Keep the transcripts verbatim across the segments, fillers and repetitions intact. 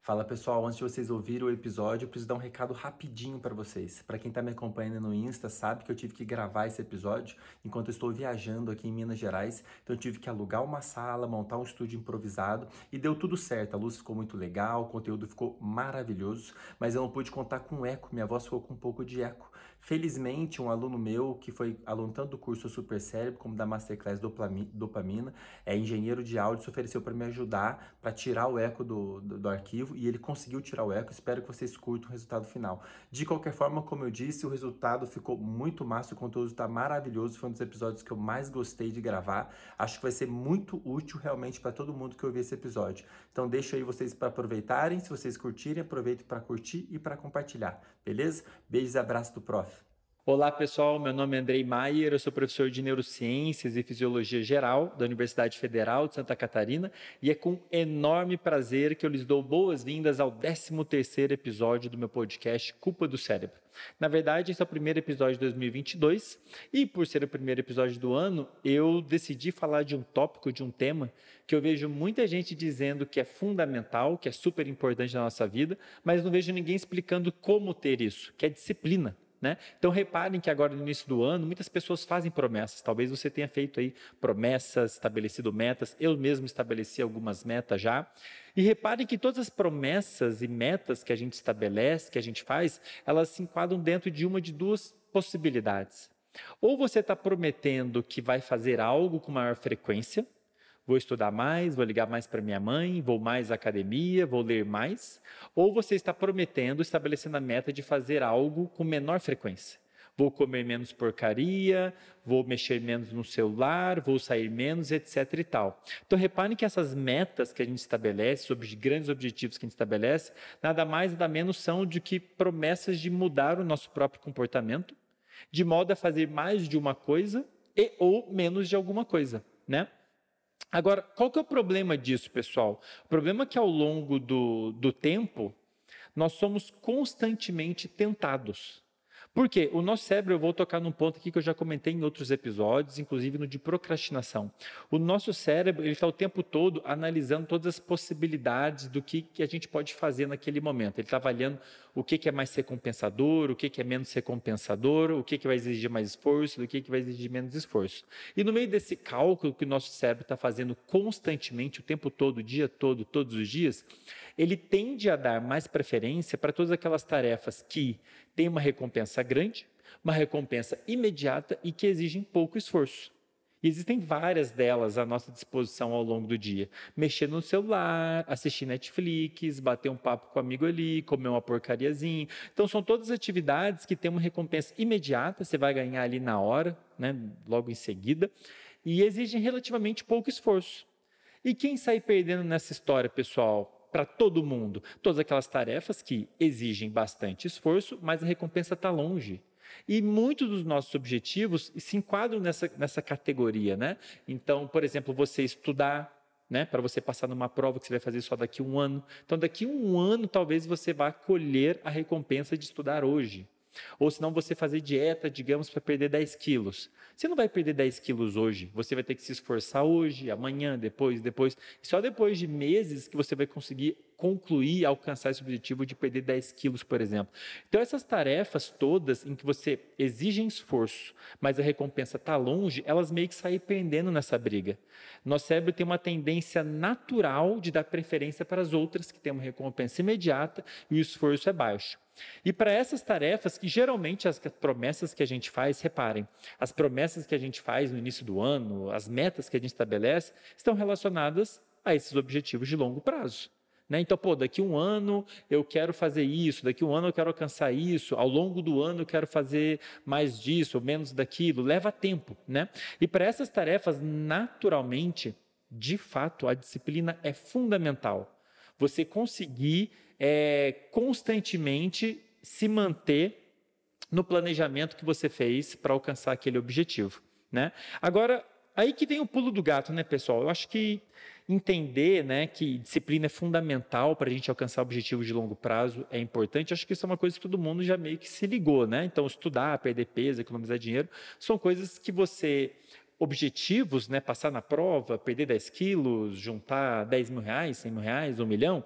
Fala pessoal, antes de vocês ouvirem o episódio, eu preciso dar um recado rapidinho para vocês. Para quem tá me acompanhando no Insta, sabe que eu tive que gravar esse episódio enquanto eu estou viajando aqui em Minas Gerais. Então eu tive que alugar uma sala, montar um estúdio improvisado e deu tudo certo. A luz ficou muito legal, o conteúdo ficou maravilhoso, mas eu não pude contar com eco, minha voz ficou com um pouco de eco. Felizmente, um aluno meu, que foi aluno tanto do curso Super Cérebro como da Masterclass Dopamina, é engenheiro de áudio, se ofereceu para me ajudar para tirar o eco do, do, do arquivo e ele conseguiu tirar o eco. Espero que vocês curtam o resultado final. De qualquer forma, como eu disse, o resultado ficou muito massa, o conteúdo está maravilhoso, foi um dos episódios que eu mais gostei de gravar. Acho que vai ser muito útil realmente para todo mundo que ouvir esse episódio. Então deixo aí vocês para aproveitarem, se vocês curtirem, aproveitem para curtir e para compartilhar, beleza? Beijos e abraço do prof. Olá pessoal, meu nome é Andrei Maier, eu sou professor de Neurociências e Fisiologia Geral da Universidade Federal de Santa Catarina e é com enorme prazer que eu lhes dou boas-vindas ao décimo terceiro episódio do meu podcast Culpa do Cérebro. Na verdade, esse é o primeiro episódio de dois mil e vinte e dois e por ser o primeiro episódio do ano, eu decidi falar de um tópico, de um tema que eu vejo muita gente dizendo que é fundamental, que é super importante na nossa vida, mas não vejo ninguém explicando como ter isso, que é disciplina. Né? Então reparem que agora no início do ano muitas pessoas fazem promessas, talvez você tenha feito aí promessas, estabelecido metas, eu mesmo estabeleci algumas metas já, e reparem que todas as promessas e metas que a gente estabelece, que a gente faz, elas se enquadram dentro de uma de duas possibilidades. Ou você está prometendo que vai fazer algo com maior frequência, vou estudar mais, vou ligar mais para minha mãe, vou mais à academia, vou ler mais. Ou você está prometendo, estabelecendo a meta de fazer algo com menor frequência. Vou comer menos porcaria, vou mexer menos no celular, vou sair menos, etc e tal. Então reparem que essas metas que a gente estabelece, os grandes objetivos que a gente estabelece, nada mais nada menos são do que promessas de mudar o nosso próprio comportamento, de modo a fazer mais de uma coisa e ou menos de alguma coisa, né? Agora, qual que é o problema disso, pessoal? O problema é que ao longo do, do tempo, nós somos constantemente tentados. Por quê? O nosso cérebro, eu vou tocar num ponto aqui que eu já comentei em outros episódios, inclusive no de procrastinação. O nosso cérebro, ele está o tempo todo analisando todas as possibilidades do que, que a gente pode fazer naquele momento. Ele está avaliando o que, que é mais recompensador, o que, que é menos recompensador, o que, que vai exigir mais esforço, do que, que vai exigir menos esforço. E no meio desse cálculo que o nosso cérebro está fazendo constantemente, o tempo todo, o dia todo, todos os dias, ele tende a dar mais preferência para todas aquelas tarefas que têm uma recompensa grande, uma recompensa imediata e que exigem pouco esforço. E existem várias delas à nossa disposição ao longo do dia. Mexer no celular, assistir Netflix, bater um papo com o amigo ali, comer uma porcariazinha. Então são todas atividades que têm uma recompensa imediata, você vai ganhar ali na hora, né, logo em seguida, e exigem relativamente pouco esforço. E quem sai perdendo nessa história, pessoal? Para todo mundo, todas aquelas tarefas que exigem bastante esforço, mas a recompensa está longe. E muitos dos nossos objetivos se enquadram nessa, nessa categoria, né? Então, por exemplo, você estudar, né, para você passar numa prova que você vai fazer só daqui a um ano. Então, daqui a um ano, talvez você vá colher a recompensa de estudar hoje. Ou se não, você fazer dieta, digamos, para perder dez quilos. Você não vai perder dez quilos hoje, você vai ter que se esforçar hoje, amanhã, depois, depois. E só depois de meses que você vai conseguir concluir, alcançar esse objetivo de perder dez quilos, por exemplo. Então essas tarefas todas em que você exige esforço, mas a recompensa está longe, elas meio que saem perdendo nessa briga. Nosso cérebro tem uma tendência natural de dar preferência para as outras que têm uma recompensa imediata e o esforço é baixo. E para essas tarefas, que geralmente as promessas que a gente faz, reparem, as promessas que a gente faz no início do ano, as metas que a gente estabelece, estão relacionadas a esses objetivos de longo prazo. Né? Então, pô, daqui a um ano eu quero fazer isso, daqui a um ano eu quero alcançar isso, ao longo do ano eu quero fazer mais disso ou menos daquilo, leva tempo. Né? E para essas tarefas, naturalmente, de fato, a disciplina é fundamental. Você conseguir é, constantemente se manter no planejamento que você fez para alcançar aquele objetivo. Né? Agora, aí que vem o pulo do gato, né, pessoal? Eu acho que entender, né, que disciplina é fundamental para a gente alcançar objetivos de longo prazo é importante. Eu acho que isso é uma coisa que todo mundo já meio que se ligou. Né? Então, estudar, perder peso, economizar dinheiro, são coisas que você... objetivos, né, passar na prova, perder dez quilos, juntar dez mil reais, cem mil reais, um milhão,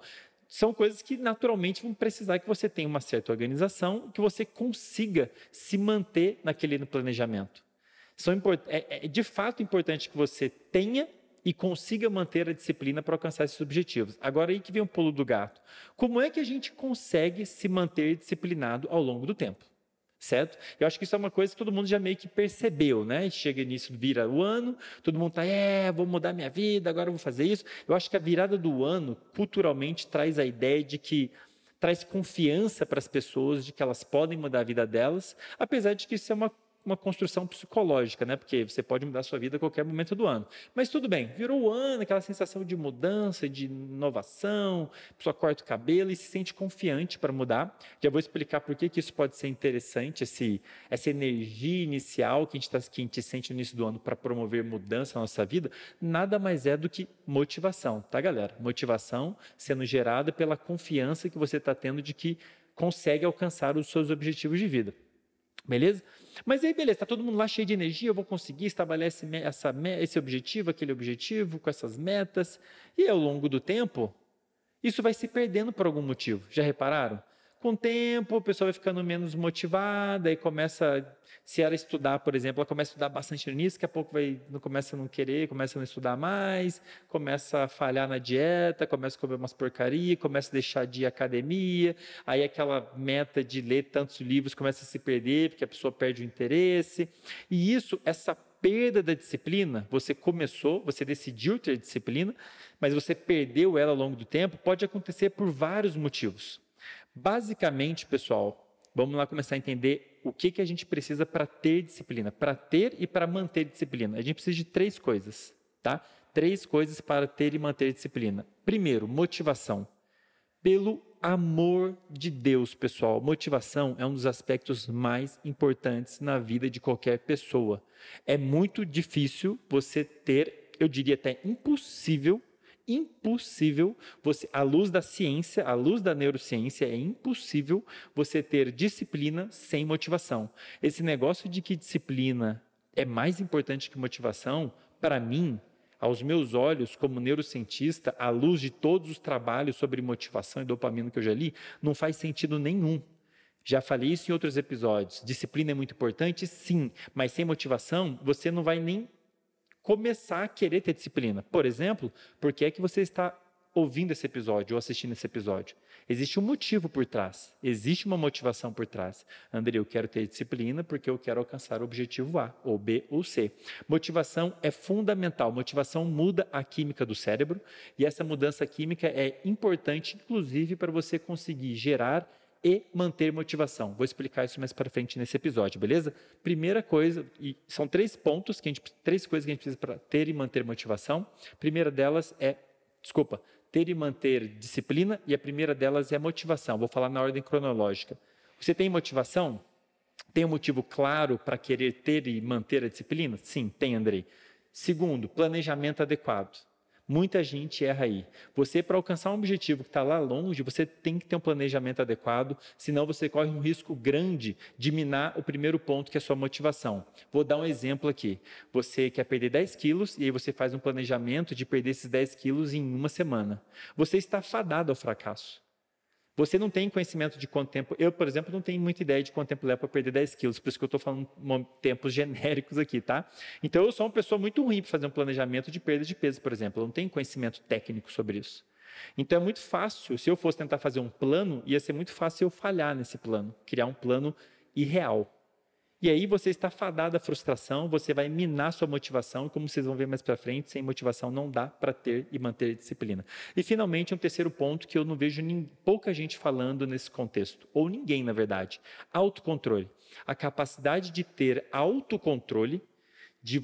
são coisas que naturalmente vão precisar que você tenha uma certa organização, que você consiga se manter naquele planejamento. São import... é, é de fato importante que você tenha e consiga manter a disciplina para alcançar esses objetivos. Agora aí que vem o pulo do gato. Como é que a gente consegue se manter disciplinado ao longo do tempo? Certo? Eu acho que isso é uma coisa que todo mundo já meio que percebeu, né? Chega nisso, vira o ano, todo mundo está, é, vou mudar minha vida, agora eu vou fazer isso. Eu acho que a virada do ano, culturalmente, traz a ideia de que traz confiança para as pessoas de que elas podem mudar a vida delas, apesar de que isso é uma uma construção psicológica, né? Porque você pode mudar a sua vida a qualquer momento do ano. Mas tudo bem, virou o ano, aquela sensação de mudança, de inovação, a pessoa corta o cabelo e se sente confiante para mudar. Já vou explicar por que, que isso pode ser interessante, esse, essa energia inicial que a, gente tá, que a gente sente no início do ano para promover mudança na nossa vida, nada mais é do que motivação, tá, galera? Motivação sendo gerada pela confiança que você está tendo de que consegue alcançar os seus objetivos de vida. Beleza? Mas aí, beleza, está todo mundo lá cheio de energia, eu vou conseguir estabelecer essa, esse objetivo, aquele objetivo, com essas metas. E ao longo do tempo, isso vai se perdendo por algum motivo. Já repararam? Com o tempo, a pessoa vai ficando menos motivada e começa, se ela estudar, por exemplo, ela começa a estudar bastante nisso, daqui a pouco vai, começa a não querer, começa a não estudar mais, começa a falhar na dieta, começa a comer umas porcarias, começa a deixar de ir à academia, aí aquela meta de ler tantos livros começa a se perder, porque a pessoa perde o interesse. E isso, essa perda da disciplina, você começou, você decidiu ter disciplina, mas você perdeu ela ao longo do tempo, pode acontecer por vários motivos. Basicamente, pessoal, vamos lá começar a entender o que, que a gente precisa para ter disciplina, para ter e para manter disciplina. A gente precisa de três coisas, tá? Três coisas para ter e manter disciplina. Primeiro, motivação. Pelo amor de Deus, pessoal, motivação é um dos aspectos mais importantes na vida de qualquer pessoa. É muito difícil você ter, eu diria até impossível, impossível, você, à luz da ciência, à luz da neurociência, é impossível você ter disciplina sem motivação. Esse negócio de que disciplina é mais importante que motivação, para mim, aos meus olhos, como neurocientista, à luz de todos os trabalhos sobre motivação e dopamina que eu já li, não faz sentido nenhum. Já falei isso em outros episódios. Disciplina é muito importante, sim, mas sem motivação, você não vai nem começar a querer ter disciplina. Por exemplo, por que é que você está ouvindo esse episódio ou assistindo esse episódio? Existe um motivo por trás, existe uma motivação por trás. André, eu quero ter disciplina porque eu quero alcançar o objetivo A, ou B, ou C. Motivação é fundamental, motivação muda a química do cérebro e essa mudança química é importante, inclusive, para você conseguir gerar e manter motivação. Vou explicar isso mais para frente nesse episódio, beleza? Primeira coisa, e são três pontos, que a gente, três coisas que a gente precisa para ter e manter motivação. A primeira delas é, desculpa, ter e manter disciplina, e a primeira delas é motivação. Vou falar na ordem cronológica. Você tem motivação? Tem um motivo claro para querer ter e manter a disciplina? Sim, tem, Andrei. Segundo, planejamento adequado. Muita gente erra aí. Você, para alcançar um objetivo que está lá longe, você tem que ter um planejamento adequado, senão você corre um risco grande de minar o primeiro ponto, que é a sua motivação. Vou dar um exemplo aqui. Você quer perder dez quilos e aí você faz um planejamento de perder esses dez quilos em uma semana. Você está fadado ao fracasso. Você não tem conhecimento de quanto tempo... Eu, por exemplo, não tenho muita ideia de quanto tempo leva para perder dez quilos, por isso que eu estou falando tempos genéricos aqui, tá? Então, eu sou uma pessoa muito ruim para fazer um planejamento de perda de peso, por exemplo. Eu não tenho conhecimento técnico sobre isso. Então, é muito fácil, se eu fosse tentar fazer um plano, ia ser muito fácil eu falhar nesse plano, criar um plano irreal. E aí você está fadado à frustração, você vai minar sua motivação, como vocês vão ver mais para frente, sem motivação não dá para ter e manter disciplina. E finalmente, um terceiro ponto que eu não vejo nem, pouca gente falando nesse contexto, ou ninguém na verdade, autocontrole. A capacidade de ter autocontrole, de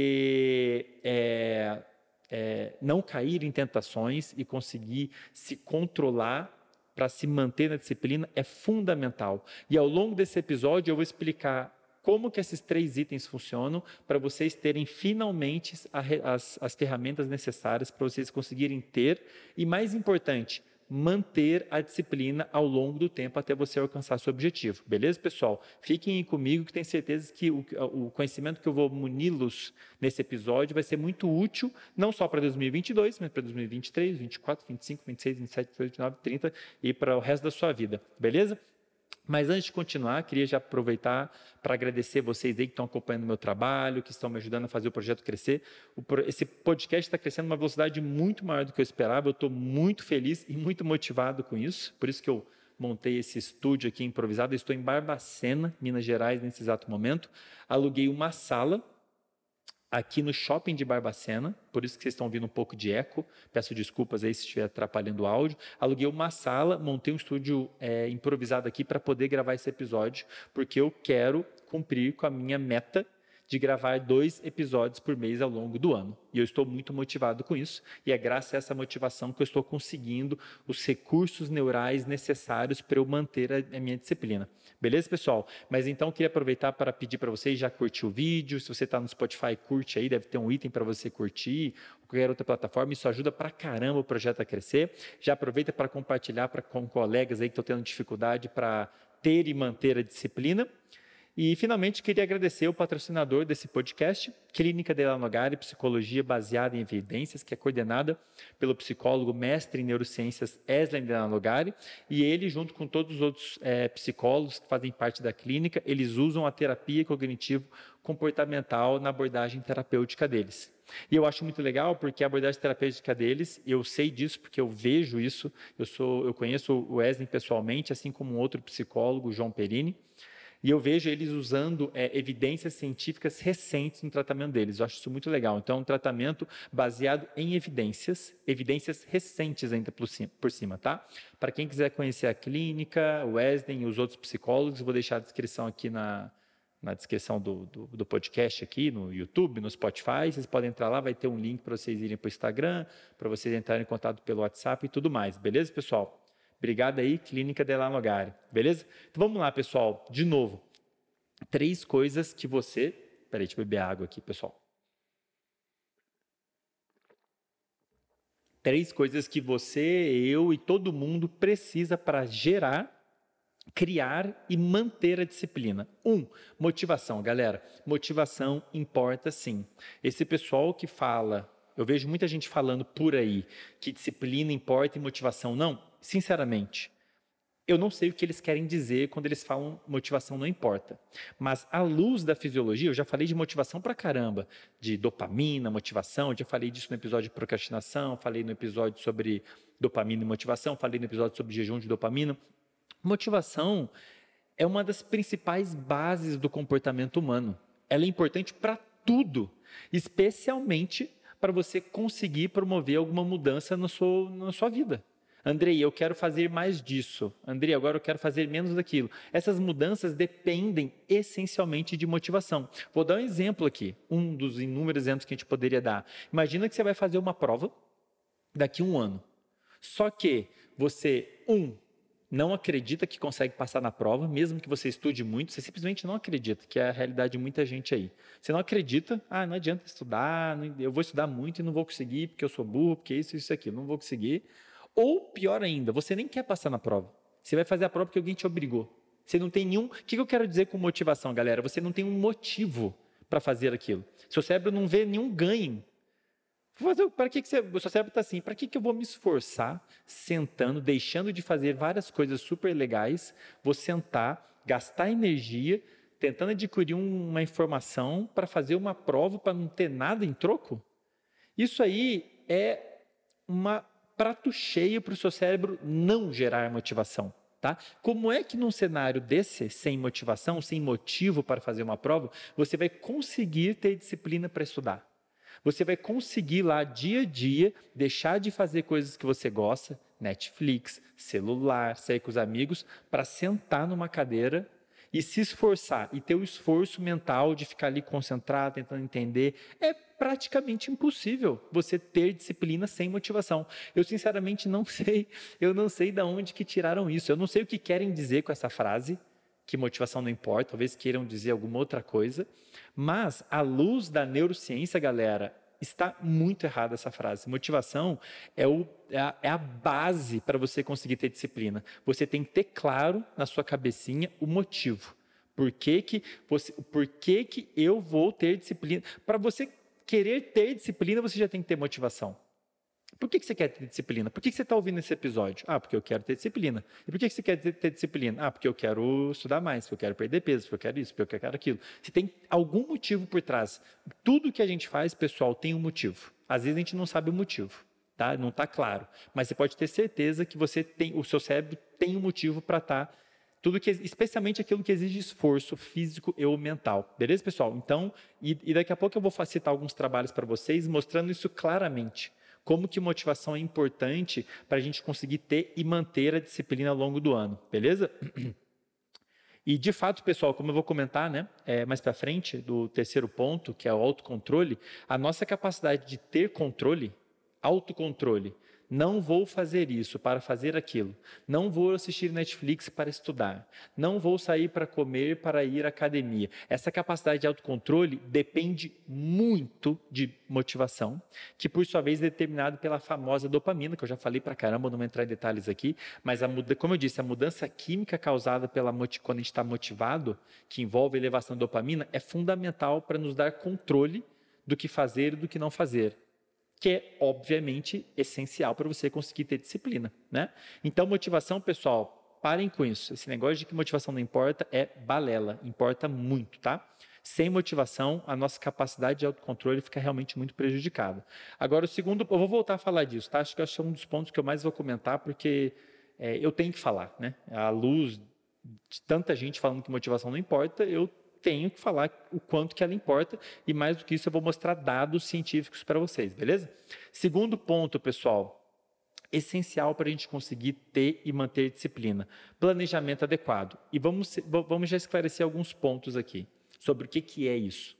você é, é, não cair em tentações e conseguir se controlar para se manter na disciplina é fundamental. E ao longo desse episódio eu vou explicar como que esses três itens funcionam para vocês terem finalmente as, as ferramentas necessárias para vocês conseguirem ter e, mais importante, manter a disciplina ao longo do tempo até você alcançar seu objetivo. Beleza, pessoal? Fiquem aí comigo que tenho certeza que o, o conhecimento que eu vou muni-los nesse episódio vai ser muito útil, não só para dois mil e vinte e dois, mas para dois mil e vinte e três, vinte e quatro, vinte e cinco, vinte e seis, vinte e sete, vinte e nove, trinta e para o resto da sua vida. Beleza? Mas antes de continuar, queria já aproveitar para agradecer vocês aí que estão acompanhando o meu trabalho, que estão me ajudando a fazer o projeto crescer. O pro... Esse podcast está crescendo uma velocidade muito maior do que eu esperava. Eu estou muito feliz e muito motivado com isso. Por isso que eu montei esse estúdio aqui improvisado. Eu estou em Barbacena, Minas Gerais, nesse exato momento. Aluguei uma sala aqui no shopping de Barbacena, por isso que vocês estão ouvindo um pouco de eco, peço desculpas aí se estiver atrapalhando o áudio. Aluguei uma sala, montei um estúdio é, improvisado aqui para poder gravar esse episódio, porque eu quero cumprir com a minha meta de gravar dois episódios por mês ao longo do ano. E eu estou muito motivado com isso, e é graças a essa motivação que eu estou conseguindo os recursos neurais necessários para eu manter a, a minha disciplina. Beleza, pessoal? Mas então, eu queria aproveitar para pedir para vocês já curtir o vídeo. Se você está no Spotify, curte aí, deve ter um item para você curtir, ou qualquer outra plataforma. Isso ajuda para caramba o projeto a crescer. Já aproveita para compartilhar pra, com colegas aí que estão tendo dificuldade para ter e manter a disciplina. E, finalmente, queria agradecer o patrocinador desse podcast, Clínica Della Nogari, Psicologia Baseada em Evidências, que é coordenada pelo psicólogo mestre em neurociências Eslen Della Nogari, e ele, junto com todos os outros é, psicólogos que fazem parte da clínica, eles usam a terapia cognitivo-comportamental na abordagem terapêutica deles. E eu acho muito legal porque a abordagem terapêutica deles, eu sei disso porque eu vejo isso, eu, sou, eu conheço o Eslen pessoalmente, assim como um outro psicólogo, João Perini, e eu vejo eles usando é, evidências científicas recentes no tratamento deles. Eu acho isso muito legal. Então, é um tratamento baseado em evidências, evidências recentes ainda por cima, por cima, tá? Para quem quiser conhecer a clínica, o Eslen e os outros psicólogos, eu vou deixar a descrição aqui na, na descrição do, do, do podcast aqui, no YouTube, no Spotify. Vocês podem entrar lá, vai ter um link para vocês irem para o Instagram, para vocês entrarem em contato pelo WhatsApp e tudo mais. Beleza, pessoal? Obrigado aí, Clínica Della Nogari. Beleza? Então vamos lá, pessoal. De novo, três coisas que você... Peraí, deixa eu beber água aqui, pessoal. Três coisas que você, eu e todo mundo precisa para gerar, criar e manter a disciplina. Um, motivação, galera. Motivação importa sim. Esse pessoal que fala... Eu vejo muita gente falando por aí que disciplina importa e motivação não. Sinceramente, eu não sei o que eles querem dizer quando eles falam motivação não importa. Mas à luz da fisiologia, eu já falei de motivação pra caramba, de dopamina, motivação, eu já falei disso no episódio de procrastinação, falei no episódio sobre dopamina e motivação, falei no episódio sobre jejum de dopamina. Motivação é uma das principais bases do comportamento humano. Ela é importante para tudo, especialmente para você conseguir promover alguma mudança na sua, na sua vida. Andrei, eu quero fazer mais disso. Andrei, agora eu quero fazer menos daquilo. Essas mudanças dependem essencialmente de motivação. Vou dar um exemplo aqui, um dos inúmeros exemplos que a gente poderia dar. Imagina que você vai fazer uma prova daqui a um ano. Só que você, um, não acredita que consegue passar na prova, mesmo que você estude muito, você simplesmente não acredita, que é a realidade de muita gente aí. Você não acredita, ah, não adianta estudar, eu vou estudar muito e não vou conseguir, porque eu sou burro, porque isso, isso, aquilo, não vou conseguir. Ou, pior ainda, você nem quer passar na prova. Você vai fazer a prova porque alguém te obrigou. Você não tem nenhum... O que eu quero dizer com motivação, galera? Você não tem um motivo para fazer aquilo. Seu cérebro não vê nenhum ganho. Para que que você... O seu cérebro está assim, para que que eu vou me esforçar sentando, deixando de fazer várias coisas super legais, vou sentar, gastar energia, tentando adquirir uma informação para fazer uma prova para não ter nada em troco? Isso aí é uma... prato cheio para o seu cérebro não gerar motivação, tá? Como é que num cenário desse, sem motivação, sem motivo para fazer uma prova, você vai conseguir ter disciplina para estudar? Você vai conseguir lá, dia a dia, deixar de fazer coisas que você gosta, Netflix, celular, sair com os amigos, para sentar numa cadeira e se esforçar, e ter o esforço mental de ficar ali concentrado, tentando entender. É praticamente impossível você ter disciplina sem motivação. Eu sinceramente não sei, eu não sei de onde que tiraram isso. Eu não sei o que querem dizer com essa frase, que motivação não importa, talvez queiram dizer alguma outra coisa, mas à luz da neurociência, galera, está muito errada essa frase. Motivação é, o, é, a, é a base para você conseguir ter disciplina. Você tem que ter claro na sua cabecinha o motivo. Por que que, você, por que que eu vou ter disciplina? Para você querer ter disciplina, você já tem que ter motivação. Por que que você quer ter disciplina? Por que que você está ouvindo esse episódio? Ah, porque eu quero ter disciplina. E por que que você quer ter, ter disciplina? Ah, porque eu quero estudar mais, porque eu quero perder peso, porque eu quero isso, porque eu quero aquilo. Se tem algum motivo por trás. Tudo que a gente faz, pessoal, tem um motivo. Às vezes a gente não sabe o motivo, tá? Não está claro. Mas você pode ter certeza que você tem, o seu cérebro tem um motivo para estar... Tá, tudo que, especialmente aquilo que exige esforço físico e ou mental. Beleza, pessoal? Então, e, e daqui a pouco eu vou citar alguns trabalhos para vocês, mostrando isso claramente. Como que motivação é importante para a gente conseguir ter e manter a disciplina ao longo do ano, beleza? E, de fato, pessoal, como eu vou comentar, né, é, mais para frente, do terceiro ponto, que é o autocontrole, a nossa capacidade de ter controle, autocontrole, não vou fazer isso para fazer aquilo, não vou assistir Netflix para estudar, não vou sair para comer para ir à academia. Essa capacidade de autocontrole depende muito de motivação, que por sua vez é determinado pela famosa dopamina, que eu já falei para caramba, não vou entrar em detalhes aqui, mas a, como eu disse, a mudança química causada pela, quando a gente está motivado, que envolve a elevação da dopamina, é fundamental para nos dar controle do que fazer e do que não fazer, que é, obviamente, essencial para você conseguir ter disciplina, né? Então, motivação, pessoal, parem com isso. Esse negócio de que motivação não importa é balela, importa muito, tá? Sem motivação, a nossa capacidade de autocontrole fica realmente muito prejudicada. Agora, o segundo, eu vou voltar a falar disso, tá? Acho que é um dos pontos que eu mais vou comentar, porque é, eu tenho que falar, né? À luz de tanta gente falando que motivação não importa, eu tenho que falar o quanto que ela importa e mais do que isso eu vou mostrar dados científicos para vocês, beleza? Segundo ponto, pessoal, essencial para a gente conseguir ter e manter disciplina, planejamento adequado. E vamos, vamos já esclarecer alguns pontos aqui sobre o que, que é isso.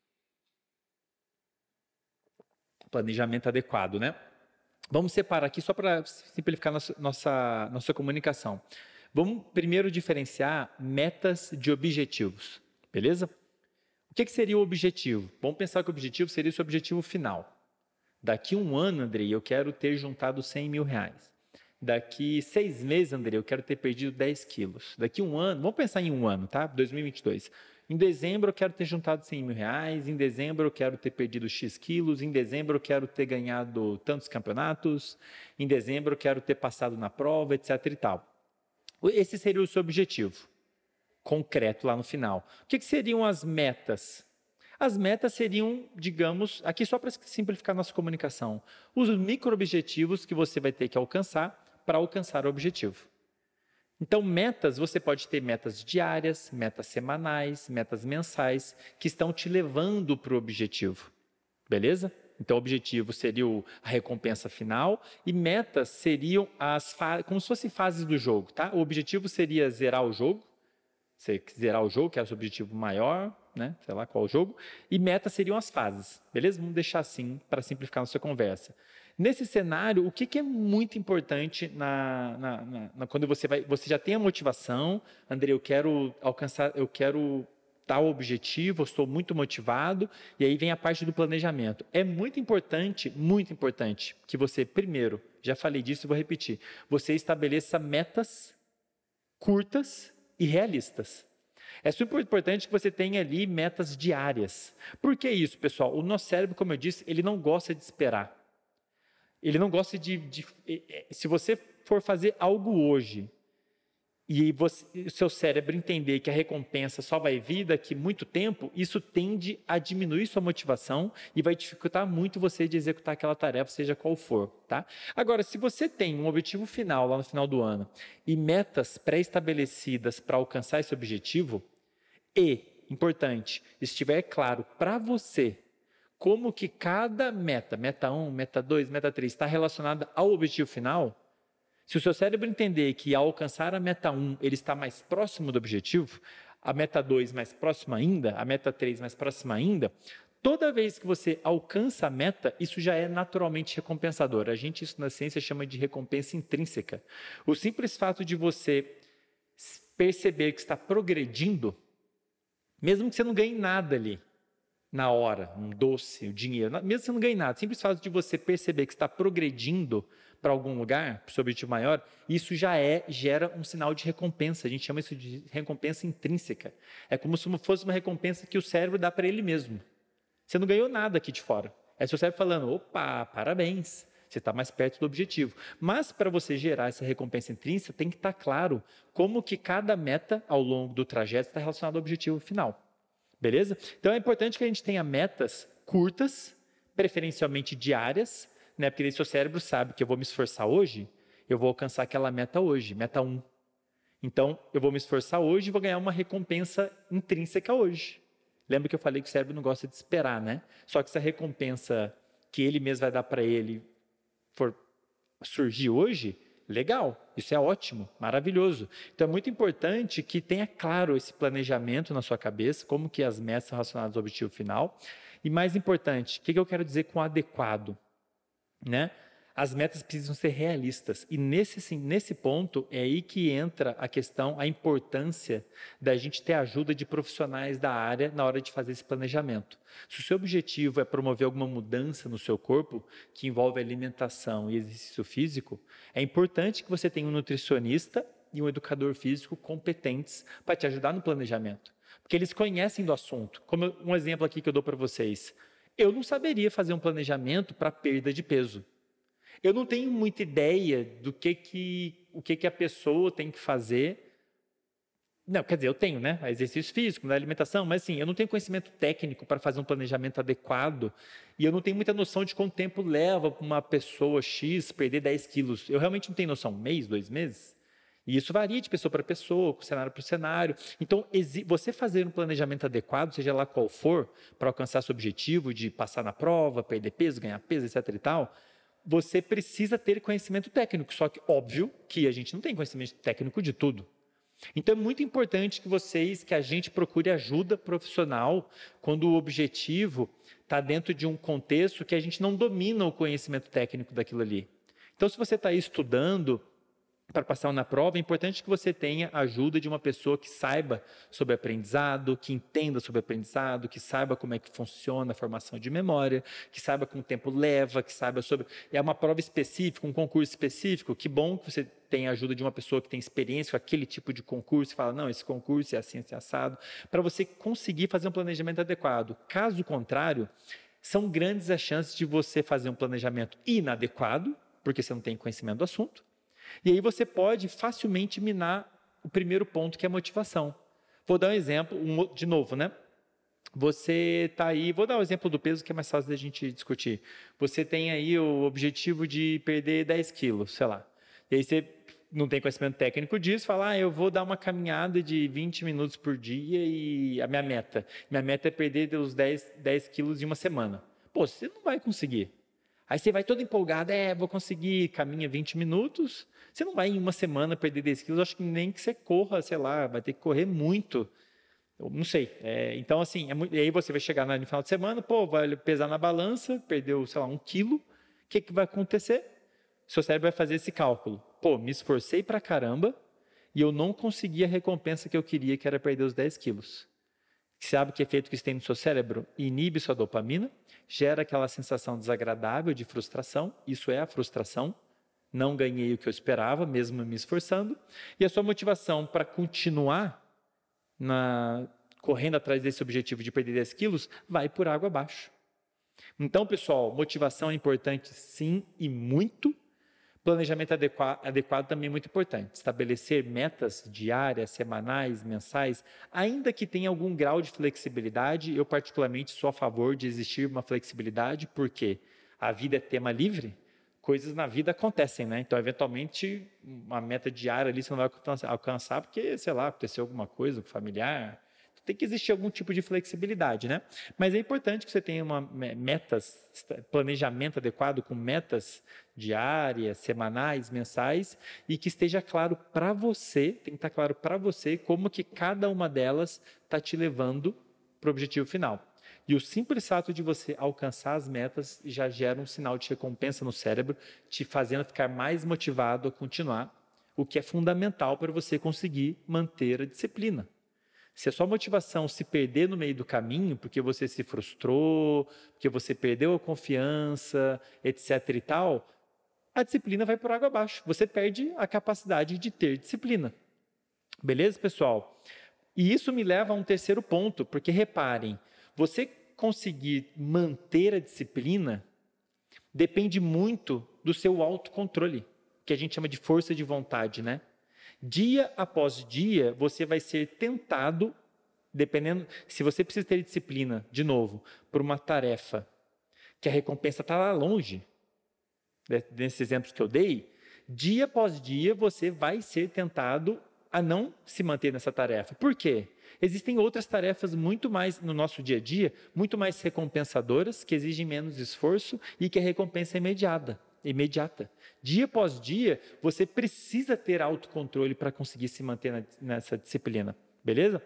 Planejamento adequado, né? Vamos separar aqui só para simplificar nossa, nossa, nossa comunicação. Vamos primeiro diferenciar metas de objetivos. Beleza? O que, que seria o objetivo? Vamos pensar que o objetivo seria o seu objetivo final. Daqui um ano, Andrei, eu quero ter juntado cem mil reais. Daqui seis meses, Andrei, eu quero ter perdido dez quilos. Daqui um ano, vamos pensar em um ano, tá? dois mil e vinte e dois. Em dezembro eu quero ter juntado cem mil reais, em dezembro eu quero ter perdido X quilos, em dezembro eu quero ter ganhado tantos campeonatos, em dezembro eu quero ter passado na prova, etc e tal. Esse seria o seu objetivo concreto lá no final. O que, que seriam as metas? As metas seriam, digamos, aqui só para simplificar nossa comunicação, os micro-objetivos que você vai ter que alcançar para alcançar o objetivo. Então, metas, você pode ter metas diárias, metas semanais, metas mensais, que estão te levando para o objetivo. Beleza? Então, o objetivo seria a recompensa final e metas seriam as como se fossem fases do jogo, tá? O objetivo seria zerar o jogo, você zerar o jogo, que é o seu objetivo maior, né? Sei lá qual o jogo, e metas seriam as fases, beleza? Vamos deixar assim para simplificar a nossa conversa. Nesse cenário, o que, que é muito importante na, na, na, na, quando você vai, você já tem a motivação, André, eu quero alcançar, eu quero tal objetivo, eu estou muito motivado, e aí vem a parte do planejamento. É muito importante, muito importante, que você, primeiro, já falei disso e vou repetir, você estabeleça metas curtas e realistas. É super importante que você tenha ali metas diárias. Por que isso, pessoal? O nosso cérebro, como eu disse, ele não gosta de esperar. Ele não gosta de... de se você for fazer algo hoje e você, o seu cérebro entender que a recompensa só vai vir daqui muito tempo, isso tende a diminuir sua motivação e vai dificultar muito você de executar aquela tarefa, seja qual for, tá? Agora, se você tem um objetivo final lá no final do ano e metas pré-estabelecidas para alcançar esse objetivo e, importante, estiver claro para você como que cada meta, meta um, meta dois, meta três, está relacionada ao objetivo final, se o seu cérebro entender que ao alcançar a meta um, ele está mais próximo do objetivo, a meta dois mais próxima ainda, a meta três mais próxima ainda, toda vez que você alcança a meta, isso já é naturalmente recompensador. A gente, isso na ciência, chama de recompensa intrínseca. O simples fato de você perceber que está progredindo, mesmo que você não ganhe nada ali, na hora, um doce, o dinheiro, mesmo que você não ganhe nada, simples fato de você perceber que está progredindo para algum lugar, para o seu objetivo maior, isso já é, gera um sinal de recompensa. A gente chama isso de recompensa intrínseca. É como se fosse uma recompensa que o cérebro dá para ele mesmo. Você não ganhou nada aqui de fora. É seu cérebro falando, opa, parabéns, você está mais perto do objetivo. Mas para você gerar essa recompensa intrínseca, tem que estar claro como que cada meta ao longo do trajeto está relacionada ao objetivo final. Beleza? Então é importante que a gente tenha metas curtas, preferencialmente diárias, né? Porque daí seu cérebro sabe que eu vou me esforçar hoje, eu vou alcançar aquela meta hoje, meta um. Então, eu vou me esforçar hoje e vou ganhar uma recompensa intrínseca hoje. Lembra que eu falei que o cérebro não gosta de esperar, né? Só que se a recompensa que ele mesmo vai dar para ele for surgir hoje, legal, isso é ótimo, maravilhoso. Então é muito importante que tenha claro esse planejamento na sua cabeça, como que as metas são relacionadas ao objetivo final. E mais importante, o que eu quero dizer com adequado? Né? As metas precisam ser realistas. E nesse, sim, nesse ponto é aí que entra a questão, a importância da gente ter ajuda de profissionais da área na hora de fazer esse planejamento. Se o seu objetivo é promover alguma mudança no seu corpo, que envolve alimentação e exercício físico, é importante que você tenha um nutricionista e um educador físico competentes para te ajudar no planejamento. Porque eles conhecem do assunto. Como um exemplo aqui que eu dou para vocês. Eu não saberia fazer um planejamento para perda de peso. Eu não tenho muita ideia do que, que, o que, que a pessoa tem que fazer. Não, quer dizer, eu tenho, né? Exercício físico, na alimentação, mas assim, eu não tenho conhecimento técnico para fazer um planejamento adequado e eu não tenho muita noção de quanto tempo leva para uma pessoa X perder dez quilos. Eu realmente não tenho noção. Um mês, dois meses? E isso varia de pessoa para pessoa, cenário para cenário. Então, você fazer um planejamento adequado, seja lá qual for, para alcançar seu objetivo de passar na prova, perder peso, ganhar peso, etc e tal, você precisa ter conhecimento técnico. Só que, óbvio, que a gente não tem conhecimento técnico de tudo. Então, é muito importante que vocês, que a gente procure ajuda profissional quando o objetivo está dentro de um contexto que a gente não domina o conhecimento técnico daquilo ali. Então, se você está aí estudando para passar na prova, é importante que você tenha a ajuda de uma pessoa que saiba sobre aprendizado, que entenda sobre aprendizado, que saiba como é que funciona a formação de memória, que saiba quanto tempo leva, que saiba sobre... É uma prova específica, um concurso específico, que bom que você tem a ajuda de uma pessoa que tem experiência com aquele tipo de concurso, e fala, não, esse concurso é assim, assim, assado, para você conseguir fazer um planejamento adequado. Caso contrário, são grandes as chances de você fazer um planejamento inadequado, porque você não tem conhecimento do assunto, e aí você pode facilmente minar o primeiro ponto, que é a motivação. Vou dar um exemplo, um, de novo, né? Você está aí, vou dar o exemplo do peso, que é mais fácil da gente discutir. Você tem aí o objetivo de perder dez quilos, sei lá. E aí você não tem conhecimento técnico disso, fala, ah, eu vou dar uma caminhada de vinte minutos por dia e a minha meta. Minha meta é perder os dez, dez quilos em uma semana. Pô, você não vai conseguir. Aí você vai todo empolgado, é, vou conseguir, caminha vinte minutos, você não vai em uma semana perder dez quilos, acho que nem que você corra, sei lá, vai ter que correr muito, eu não sei. É, então, assim, é muito, e aí você vai chegar no final de semana, pô, vai pesar na balança, perdeu, sei lá, um quilo, o que, que vai acontecer? Seu cérebro vai fazer esse cálculo, pô, me esforcei pra caramba e eu não consegui a recompensa que eu queria, que era perder os dez quilos. Sabe que efeito que isso tem no seu cérebro? Inibe sua dopamina, gera aquela sensação desagradável de frustração, isso é a frustração, não ganhei o que eu esperava, mesmo me esforçando, e a sua motivação para continuar na, correndo atrás desse objetivo de perder dez quilos vai por água abaixo. Então, pessoal, motivação é importante sim e muito. Planejamento adequado, adequado também é muito importante. Estabelecer metas diárias, semanais, mensais, ainda que tenha algum grau de flexibilidade, eu particularmente sou a favor de existir uma flexibilidade, porque a vida é tema livre, coisas na vida acontecem, né? Então, eventualmente, uma meta diária ali você não vai alcançar porque, sei lá, aconteceu alguma coisa com o familiar. Tem que existir algum tipo de flexibilidade, né? Mas é importante que você tenha uma metas, planejamento adequado com metas diárias, semanais, mensais e que esteja claro para você, tem que estar claro para você como que cada uma delas está te levando para o objetivo final. E o simples fato de você alcançar as metas já gera um sinal de recompensa no cérebro, te fazendo ficar mais motivado a continuar, o que é fundamental para você conseguir manter a disciplina. Se a sua motivação se perder no meio do caminho, porque você se frustrou, porque você perdeu a confiança, etc e tal, a disciplina vai por água abaixo. Você perde a capacidade de ter disciplina. Beleza, pessoal? E isso me leva a um terceiro ponto, porque reparem, você conseguir manter a disciplina depende muito do seu autocontrole, que a gente chama de força de vontade, né? Dia após dia, você vai ser tentado, dependendo, se você precisa ter disciplina, de novo, por uma tarefa, que a recompensa está lá longe, nesses exemplos que eu dei, dia após dia você vai ser tentado a não se manter nessa tarefa. Por quê? Existem outras tarefas muito mais, no nosso dia a dia, muito mais recompensadoras, que exigem menos esforço e que a recompensa é imediata. imediata. Dia após dia, você precisa ter autocontrole para conseguir se manter na, nessa disciplina, beleza?